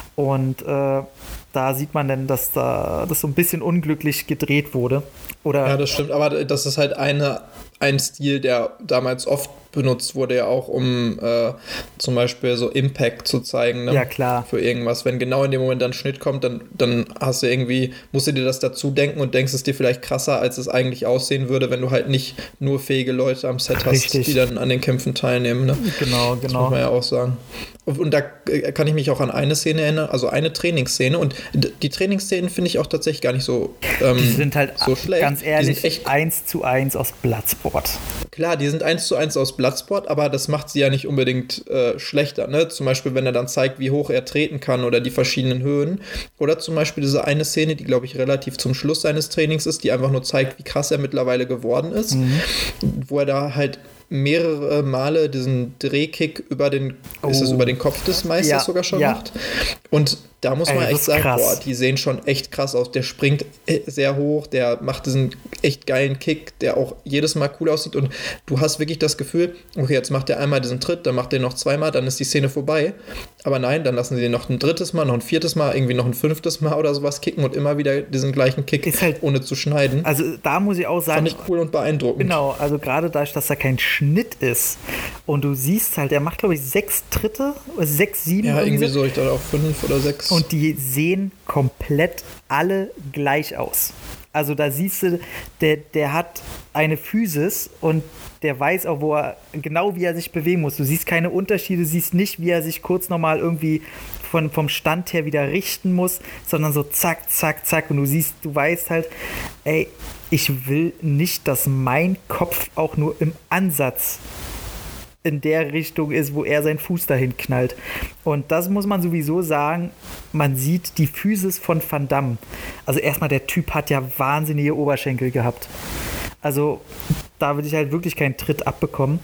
und äh, da sieht man dann, dass da das so ein bisschen unglücklich gedreht wurde. Oder ja, das stimmt, aber das ist halt eine, ein Stil, der damals oft benutzt wurde, ja auch, um äh, zum Beispiel so Impact zu zeigen, ne? Ja, klar. Für irgendwas. Wenn genau in dem Moment dann Schnitt kommt, dann, dann hast du irgendwie, musst du dir das dazu denken und denkst es dir vielleicht krasser, als es eigentlich aussehen würde, wenn du halt nicht nur fähige Leute am Set Richtig. hast, die dann an den Kämpfen teilnehmen, ne? Genau, genau. Das muss man ja auch sagen. Und, und da kann ich mich auch an eine Szene erinnern, also eine Trainingsszene, und die Trainingsszenen finde ich auch tatsächlich gar nicht so ähm, die sind halt so schlecht. Ganz ehrlich, die sind echt eins zu eins aus Bloodsport. Klar, die sind eins zu eins aus Bloodsport, aber das macht sie ja nicht unbedingt äh, schlechter, ne? Zum Beispiel, wenn er dann zeigt, wie hoch er treten kann oder die verschiedenen Höhen. Oder zum Beispiel diese eine Szene, die, glaube ich, relativ zum Schluss seines Trainings ist, die einfach nur zeigt, wie krass er mittlerweile geworden ist. Mhm. Wo er da halt mehrere Male diesen Drehkick über den, oh. ist es über den Kopf des Meisters ja, sogar schon ja. macht. Und da muss man Ey, echt sagen, krass. boah, die sehen schon echt krass aus. Der springt sehr hoch, der macht diesen echt geilen Kick, der auch jedes Mal cool aussieht. Und du hast wirklich das Gefühl, okay, jetzt macht er einmal diesen Tritt, dann macht er noch zweimal, dann ist die Szene vorbei. Aber nein, dann lassen sie ihn noch ein drittes Mal, noch ein viertes Mal, irgendwie noch ein fünftes Mal oder sowas kicken und immer wieder diesen gleichen Kick, ist halt, ohne zu schneiden. Also da muss ich auch sagen... Fand ich cool und beeindruckend. Genau, also gerade dadurch, dass da kein Schnitt ist und du siehst halt, er macht, glaube ich, sechs Tritte, sechs, sieben. Ja, irgendwie so, ich dachte auch fünf oder sechs. Und die sehen komplett alle gleich aus. Also da siehst du, der, der hat eine Physis und der weiß auch, wo er, genau wie er sich bewegen muss. Du siehst keine Unterschiede, siehst nicht, wie er sich kurz nochmal irgendwie von, vom Stand her wieder richten muss, sondern so zack, zack, zack. Und du siehst, du weißt halt, ey, ich will nicht, dass mein Kopf auch nur im Ansatz in der Richtung ist, wo er seinen Fuß dahin knallt. Und das muss man sowieso sagen, man sieht die Physis von Van Damme. Also erstmal, der Typ hat ja wahnsinnige Oberschenkel gehabt. Also da würde ich halt wirklich keinen Tritt abbekommen.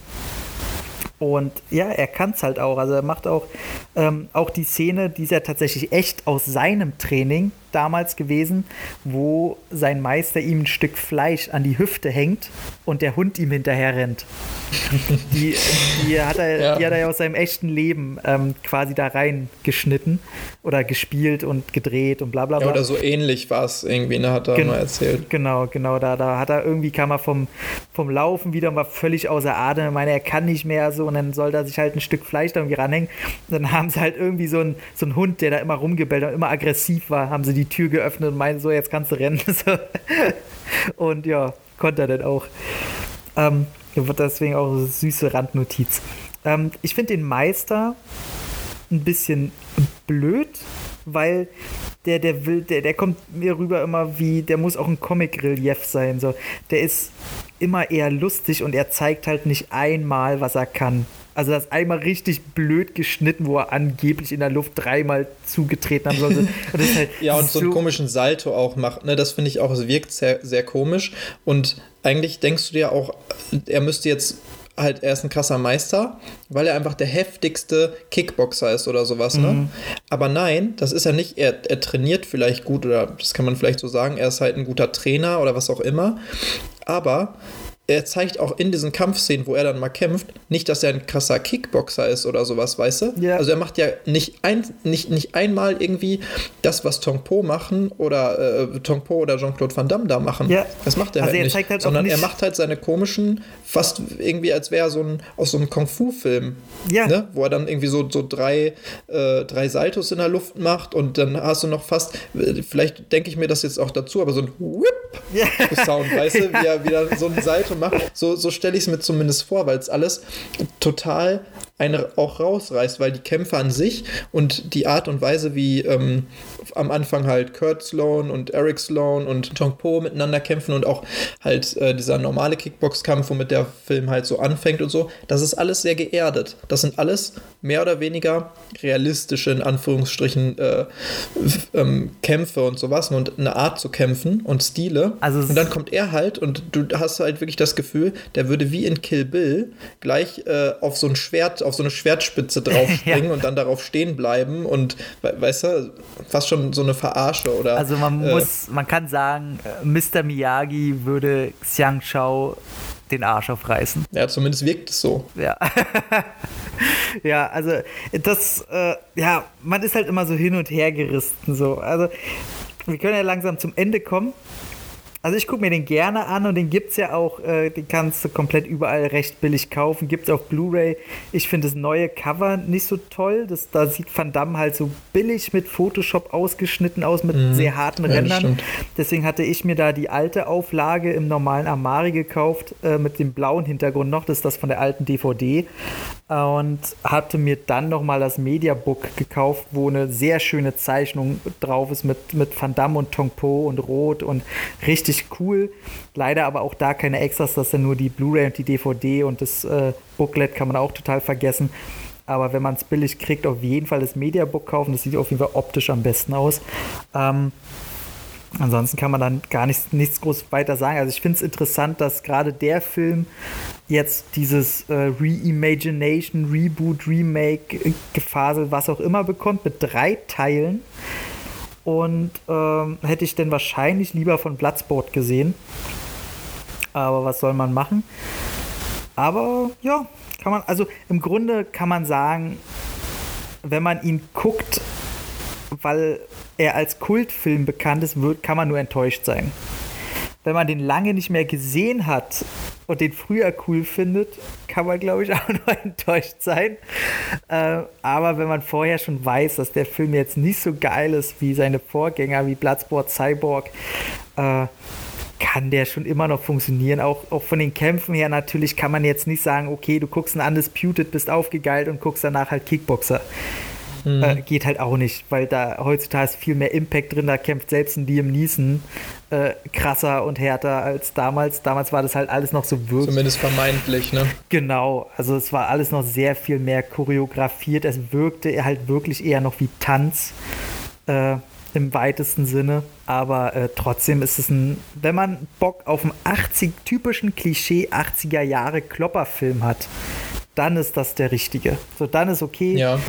Und ja, er kann es halt auch. Also er macht auch, ähm, auch die Szene, die ist ja tatsächlich echt aus seinem Training damals gewesen, wo sein Meister ihm ein Stück Fleisch an die Hüfte hängt und der Hund ihm hinterher rennt. Die, die, hat, er, ja. die hat er ja aus seinem echten Leben ähm, quasi da reingeschnitten oder gespielt und gedreht und bla bla bla. Ja, oder so ähnlich war es irgendwie, ne, hat er Gen- mal erzählt. Genau, genau, da, da hat er irgendwie, kam er vom, vom Laufen wieder und war völlig außer Atem. Ich meine, er kann nicht mehr so und dann soll da sich halt ein Stück Fleisch da irgendwie ranhängen. Und dann haben sie halt irgendwie so einen so einen Hund, der da immer rumgebellt und immer aggressiv war, haben sie die Tür geöffnet und meinen so, jetzt kannst du rennen. Und ja, konnte er dann auch. Ähm, deswegen auch eine süße Randnotiz. Ähm, ich finde den Meister ein bisschen blöd, weil der, der will, der, der kommt mir rüber immer wie, der muss auch ein Comic-Relief sein. So. Der ist immer eher lustig und er zeigt halt nicht einmal, was er kann. Also das einmal richtig blöd geschnitten, wo er angeblich in der Luft dreimal zugetreten haben sollte. Und das halt ja, und so, so einen so komischen Salto auch macht, ne? Das finde ich auch, es wirkt sehr, sehr komisch. Und eigentlich denkst du dir auch, er müsste jetzt halt, er ist ein krasser Meister, weil er einfach der heftigste Kickboxer ist oder sowas, ne? Mhm. Aber nein, das ist er nicht. Er, er trainiert vielleicht gut oder das kann man vielleicht so sagen. Er ist halt ein guter Trainer oder was auch immer. Aber er zeigt auch in diesen Kampfszenen, wo er dann mal kämpft, nicht, dass er ein krasser Kickboxer ist oder sowas, weißt du? Ja. Also er macht ja nicht, ein, nicht, nicht einmal irgendwie das, was Tong Po machen oder äh, Tong Po oder Jean-Claude Van Damme da machen. Ja. Das macht er also halt er nicht. Zeigt halt sondern nicht. Er macht halt seine komischen, fast irgendwie, als wäre er so ein, aus so einem Kung-Fu-Film. Ja. Ne? Wo er dann irgendwie so, so drei, äh, drei Saltos in der Luft macht und dann hast du noch fast, vielleicht denke ich mir das jetzt auch dazu, aber so ein Whip-Sound, ja. Weißt du, wie er wieder so ein Salto macht. So, so stelle ich es mir zumindest vor, weil es alles total einen auch rausreißt, weil die Kämpfe an sich und die Art und Weise, wie ähm, am Anfang halt Kurt Sloan und Eric Sloan und Tong Po miteinander kämpfen und auch halt äh, dieser normale Kickbox-Kampf, womit der Film halt so anfängt und so, das ist alles sehr geerdet. Das sind alles mehr oder weniger realistische, in Anführungsstrichen, äh, ähm, Kämpfe und sowas und eine Art zu kämpfen und Stile. Also und dann kommt er halt und du hast halt wirklich das Gefühl, der würde wie in Kill Bill gleich äh, auf so ein Schwert, auf so eine Schwertspitze draufspringen ja. und dann darauf stehen bleiben und we- weißt du, fast schon so eine Verarsche oder. Also man äh, muss, man kann sagen, Mister Miyagi würde Xiang Chao den Arsch aufreißen. Ja, zumindest wirkt es so. Ja. Ja, also das, äh, ja, man ist halt immer so hin und her gerissen, so. Also wir können ja langsam zum Ende kommen. Also ich gucke mir den gerne an und den gibt's ja auch, äh, den kannst du komplett überall recht billig kaufen, gibt's auf Blu-ray. Ich finde das neue Cover nicht so toll, das, da sieht Van Damme halt so billig mit Photoshop ausgeschnitten aus, mit mm, sehr harten ja, Rändern. Deswegen hatte ich mir da die alte Auflage im normalen Armari gekauft, äh, mit dem blauen Hintergrund noch, das ist das von der alten D V D. Und hatte mir dann nochmal das Mediabook gekauft, wo eine sehr schöne Zeichnung drauf ist mit, mit Van Damme und Tong Po und Rot und richtig cool. Leider aber auch da keine Extras, das ist ja nur die Blu-ray und die D V D und das äh, Booklet kann man auch total vergessen. Aber wenn man es billig kriegt, auf jeden Fall das Mediabook kaufen, das sieht auf jeden Fall optisch am besten aus. Ähm, Ansonsten kann man dann gar nichts, nichts groß weiter sagen. Also ich finde es interessant, dass gerade der Film jetzt dieses äh, Reimagination, Reboot, Remake, Gefasel, was auch immer bekommt, mit drei Teilen. Und ähm, hätte ich denn wahrscheinlich lieber von Bloodsport gesehen. Aber was soll man machen? Aber ja, kann man, also im Grunde kann man sagen, wenn man ihn guckt, weil er als Kultfilm bekannt ist, wird, kann man nur enttäuscht sein. Wenn man den lange nicht mehr gesehen hat und den früher cool findet, kann man, glaube ich, auch nur enttäuscht sein. Äh, aber wenn man vorher schon weiß, dass der Film jetzt nicht so geil ist wie seine Vorgänger, wie Bloodsport, Cyborg, äh, kann der schon immer noch funktionieren. Auch, auch von den Kämpfen her natürlich kann man jetzt nicht sagen, okay, du guckst ein Undisputed, bist aufgegeilt und guckst danach halt Kickboxer. Mhm. Äh, geht halt auch nicht, weil da heutzutage ist viel mehr Impact drin, da kämpft selbst ein Liam Neeson äh, krasser und härter als damals. Damals war das halt alles noch so wirklich. Zumindest vermeintlich, ne? Genau, also es war alles noch sehr viel mehr choreografiert, es wirkte halt wirklich eher noch wie Tanz äh, im weitesten Sinne, aber äh, trotzdem ist es ein, wenn man Bock auf einen achtzig, typischen Klischee achtziger Jahre Klopperfilm hat, dann ist das der richtige. So, dann ist okay. Ja.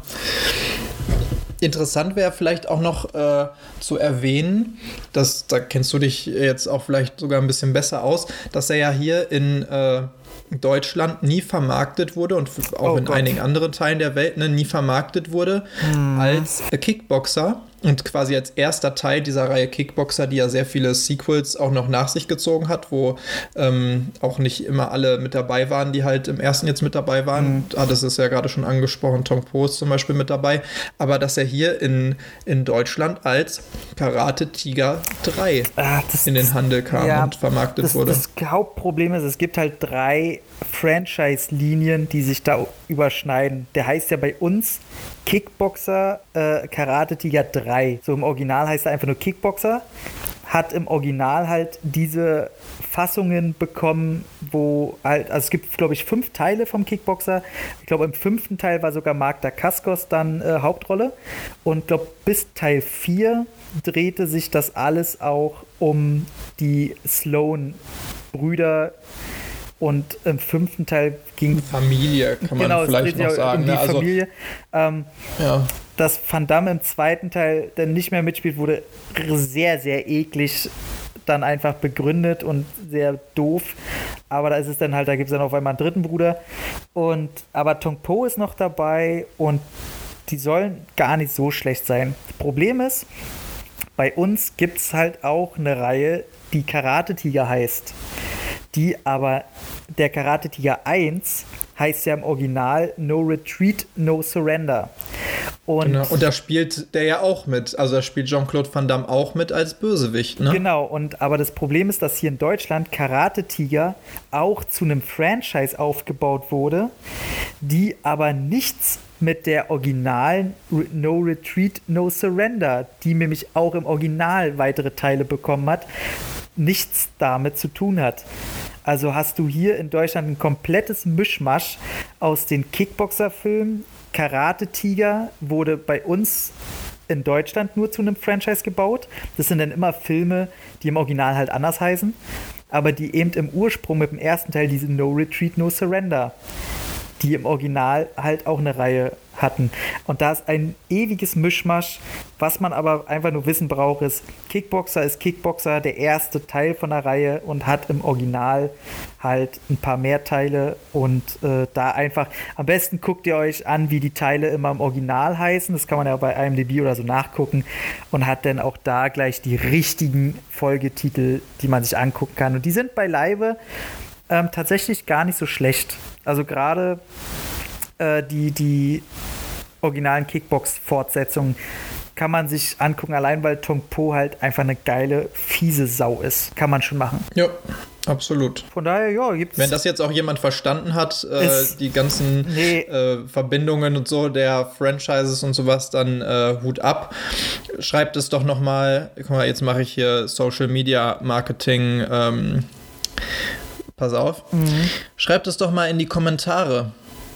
Interessant wäre vielleicht auch noch äh, zu erwähnen, dass, da kennst du dich jetzt auch vielleicht sogar ein bisschen besser aus, dass er ja hier in äh, Deutschland nie vermarktet wurde und auch oh in Gott. einigen anderen Teilen der Welt ne, nie vermarktet wurde hm. als Kickboxer. Und quasi als erster Teil dieser Reihe Kickboxer, die ja sehr viele Sequels auch noch nach sich gezogen hat, wo ähm, auch nicht immer alle mit dabei waren, die halt im ersten jetzt mit dabei waren. Mhm. Ah, das ist ja gerade schon angesprochen, Tong Po ist zum Beispiel mit dabei. Aber dass er hier in, in Deutschland als Karate Tiger drei ah, das, in den Handel kam ja, und vermarktet das, wurde. Das Hauptproblem ist, es gibt halt drei Franchise-Linien, die sich da überschneiden. Der heißt ja bei uns Kickboxer äh, Karate Tiger drei. So im Original heißt er einfach nur Kickboxer. hat im Original halt diese Fassungen bekommen, wo halt, also es gibt, glaube ich, fünf Teile vom Kickboxer. Ich glaube, im fünften Teil war sogar Mark Dacascos dann äh, Hauptrolle. Und ich glaube, bis Teil vier drehte sich das alles auch um die Sloan-Brüder. Und im fünften Teil ging... Familie, kann man genau, vielleicht noch sagen. Um die ne? also, Familie. Ähm, ja. Dass Van Damme im zweiten Teil dann nicht mehr mitspielt, wurde sehr, sehr eklig dann einfach begründet und sehr doof. Aber da ist es dann halt, da gibt es dann auf einmal einen dritten Bruder. Und, aber Tong Po ist noch dabei und die sollen gar nicht so schlecht sein. Das Problem ist, bei uns gibt es halt auch eine Reihe, die Karate-Tiger heißt. Die aber, der Karate-Tiger eins heißt ja im Original No Retreat, No Surrender. Und, genau. Und da spielt der ja auch mit. Also da spielt Jean-Claude Van Damme auch mit als Bösewicht, ne? Genau, und aber das Problem ist, dass hier in Deutschland Karate-Tiger auch zu einem Franchise aufgebaut wurde, die aber nichts mit der originalen No Retreat, No Surrender, die nämlich auch im Original weitere Teile bekommen hat, nichts damit zu tun hat. Also hast du hier in Deutschland ein komplettes Mischmasch aus den Kickboxer-Filmen. Karate-Tiger wurde bei uns in Deutschland nur zu einem Franchise gebaut. Das sind dann immer Filme, die im Original halt anders heißen, aber die eben im Ursprung mit dem ersten Teil diese No Retreat, No Surrender, die im Original halt auch eine Reihe hatten. Und da ist ein ewiges Mischmasch. Was man aber einfach nur wissen braucht, ist, Kickboxer ist Kickboxer, der erste Teil von der Reihe und hat im Original halt ein paar mehr Teile und äh, da einfach, am besten guckt ihr euch an, wie die Teile immer im Original heißen. Das kann man ja bei I M D B oder so nachgucken und hat dann auch da gleich die richtigen Folgetitel, die man sich angucken kann. Und die sind beileibe ähm, tatsächlich gar nicht so schlecht. Also gerade äh, die, die originalen Kickbox-Fortsetzungen kann man sich angucken, allein weil Tong Po halt einfach eine geile, fiese Sau ist. Kann man schon machen. Ja, absolut. Von daher, ja, gibt's... Wenn das jetzt auch jemand verstanden hat, äh, die ganzen nee. äh, Verbindungen und so der Franchises und sowas, dann äh, Hut ab. Schreibt es doch noch mal. Guck mal, jetzt mache ich hier Social Media Marketing. Ähm, pass auf. Mhm. Schreibt es doch mal in die Kommentare,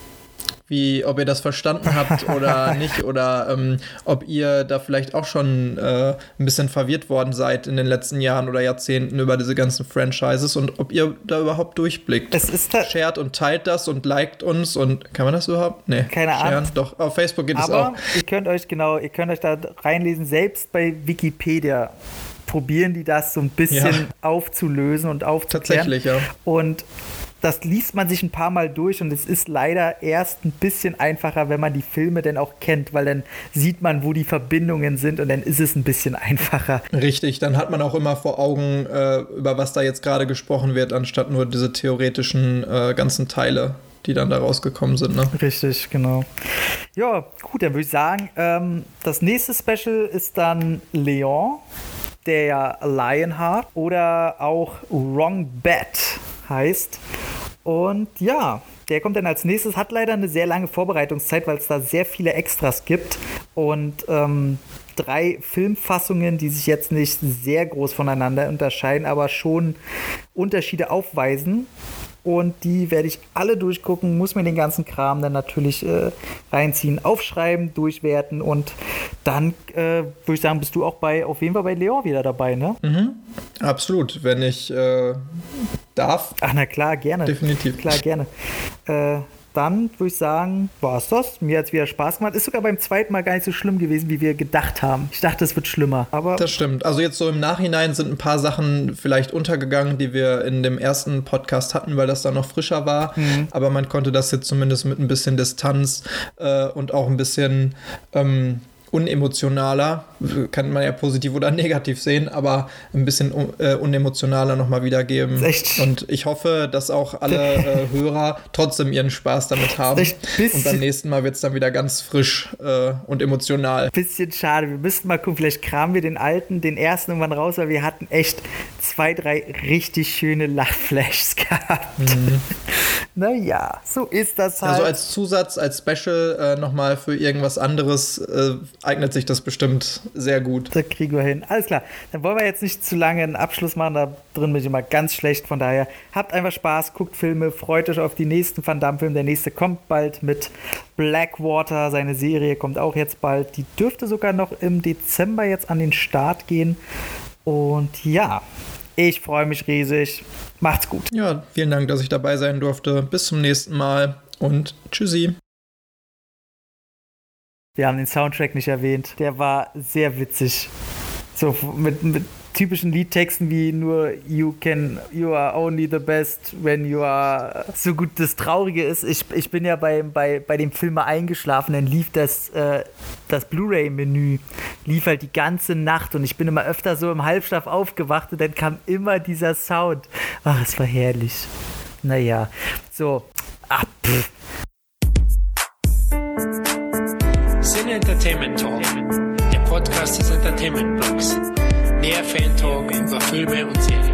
wie, ob ihr das verstanden habt oder nicht, oder ähm, ob ihr da vielleicht auch schon äh, ein bisschen verwirrt worden seid in den letzten Jahren oder Jahrzehnten über diese ganzen Franchises und ob ihr da überhaupt durchblickt. Es ist da Shared und teilt das und liked uns und kann man das überhaupt? Nee. Keine Ahnung. Doch, auf Facebook geht es auch. Aber ihr könnt euch genau, ihr könnt euch da reinlesen, selbst bei Wikipedia probieren die das so ein bisschen ja. aufzulösen und aufzuklären. Tatsächlich, ja. Und das liest man sich ein paar Mal durch und es ist leider erst ein bisschen einfacher, wenn man die Filme denn auch kennt, weil dann sieht man, wo die Verbindungen sind und dann ist es ein bisschen einfacher. Richtig, dann hat man auch immer vor Augen, äh, über was da jetzt gerade gesprochen wird, anstatt nur diese theoretischen äh, ganzen Teile, die dann da rausgekommen sind. Ne? Richtig, genau. Ja, gut, dann würde ich sagen, ähm, das nächste Special ist dann Leon, der ja Lionheart oder auch Wrong Bet heißt. Und ja, der kommt dann als nächstes, hat leider eine sehr lange Vorbereitungszeit, weil es da sehr viele Extras gibt und ähm, drei Filmfassungen, die sich jetzt nicht sehr groß voneinander unterscheiden, aber schon Unterschiede aufweisen. Und die werde ich alle durchgucken, muss mir den ganzen Kram dann natürlich äh, reinziehen, aufschreiben, durchwerten und dann äh, würde ich sagen, bist du auch bei auf jeden Fall bei Leon wieder dabei, ne? Mhm. Absolut, wenn ich äh, darf. Ach na klar, gerne. Definitiv. Klar, gerne. Äh, dann würde ich sagen, war es das. Mir hat es wieder Spaß gemacht. Ist sogar beim zweiten Mal gar nicht so schlimm gewesen, wie wir gedacht haben. Ich dachte, es wird schlimmer. Aber das stimmt. Also jetzt so im Nachhinein sind ein paar Sachen vielleicht untergegangen, die wir in dem ersten Podcast hatten, weil das dann noch frischer war. Mhm. Aber man konnte das jetzt zumindest mit ein bisschen Distanz äh, und auch ein bisschen ähm, unemotionaler, kann man ja positiv oder negativ sehen, aber ein bisschen äh, unemotionaler nochmal wiedergeben. Echt? Und ich hoffe, dass auch alle äh, Hörer trotzdem ihren Spaß damit haben. Und beim nächsten Mal wird es dann wieder ganz frisch äh, und emotional. Bisschen schade. Wir müssten mal gucken, vielleicht kramen wir den alten, den ersten irgendwann raus, weil wir hatten echt zwei, drei richtig schöne Lachflashs gehabt. Mhm. Naja, so ist das halt. Also als Zusatz, als Special äh, nochmal für irgendwas anderes äh, eignet sich das bestimmt sehr gut. Da kriegen wir hin. Alles klar. Dann wollen wir jetzt nicht zu lange einen Abschluss machen. Da drin bin ich immer ganz schlecht. Von daher, habt einfach Spaß, guckt Filme, freut euch auf die nächsten Van Damme-Filme. Der nächste kommt bald mit Blackwater. Seine Serie kommt auch jetzt bald. Die dürfte sogar noch im Dezember jetzt an den Start gehen. Und ja, ich freue mich riesig. Macht's gut. Ja, vielen Dank, dass ich dabei sein durfte. Bis zum nächsten Mal und tschüssi. Wir haben den Soundtrack nicht erwähnt. Der war sehr witzig. So mit, mit typischen Liedtexten wie nur you can, you are only the best when you are. So gut das Traurige ist, ich, ich bin ja bei, bei, bei dem Film mal eingeschlafen, dann lief das, äh, das Blu-ray-Menü, lief halt die ganze Nacht und ich bin immer öfter so im Halbschlaf aufgewacht und dann kam immer dieser Sound. Ach, es war herrlich. Naja, so. Ah, pff. Sin Entertainment Talk, der Podcast des Entertainment Blogs. Mehr Fan-Talk über Filme und Serien.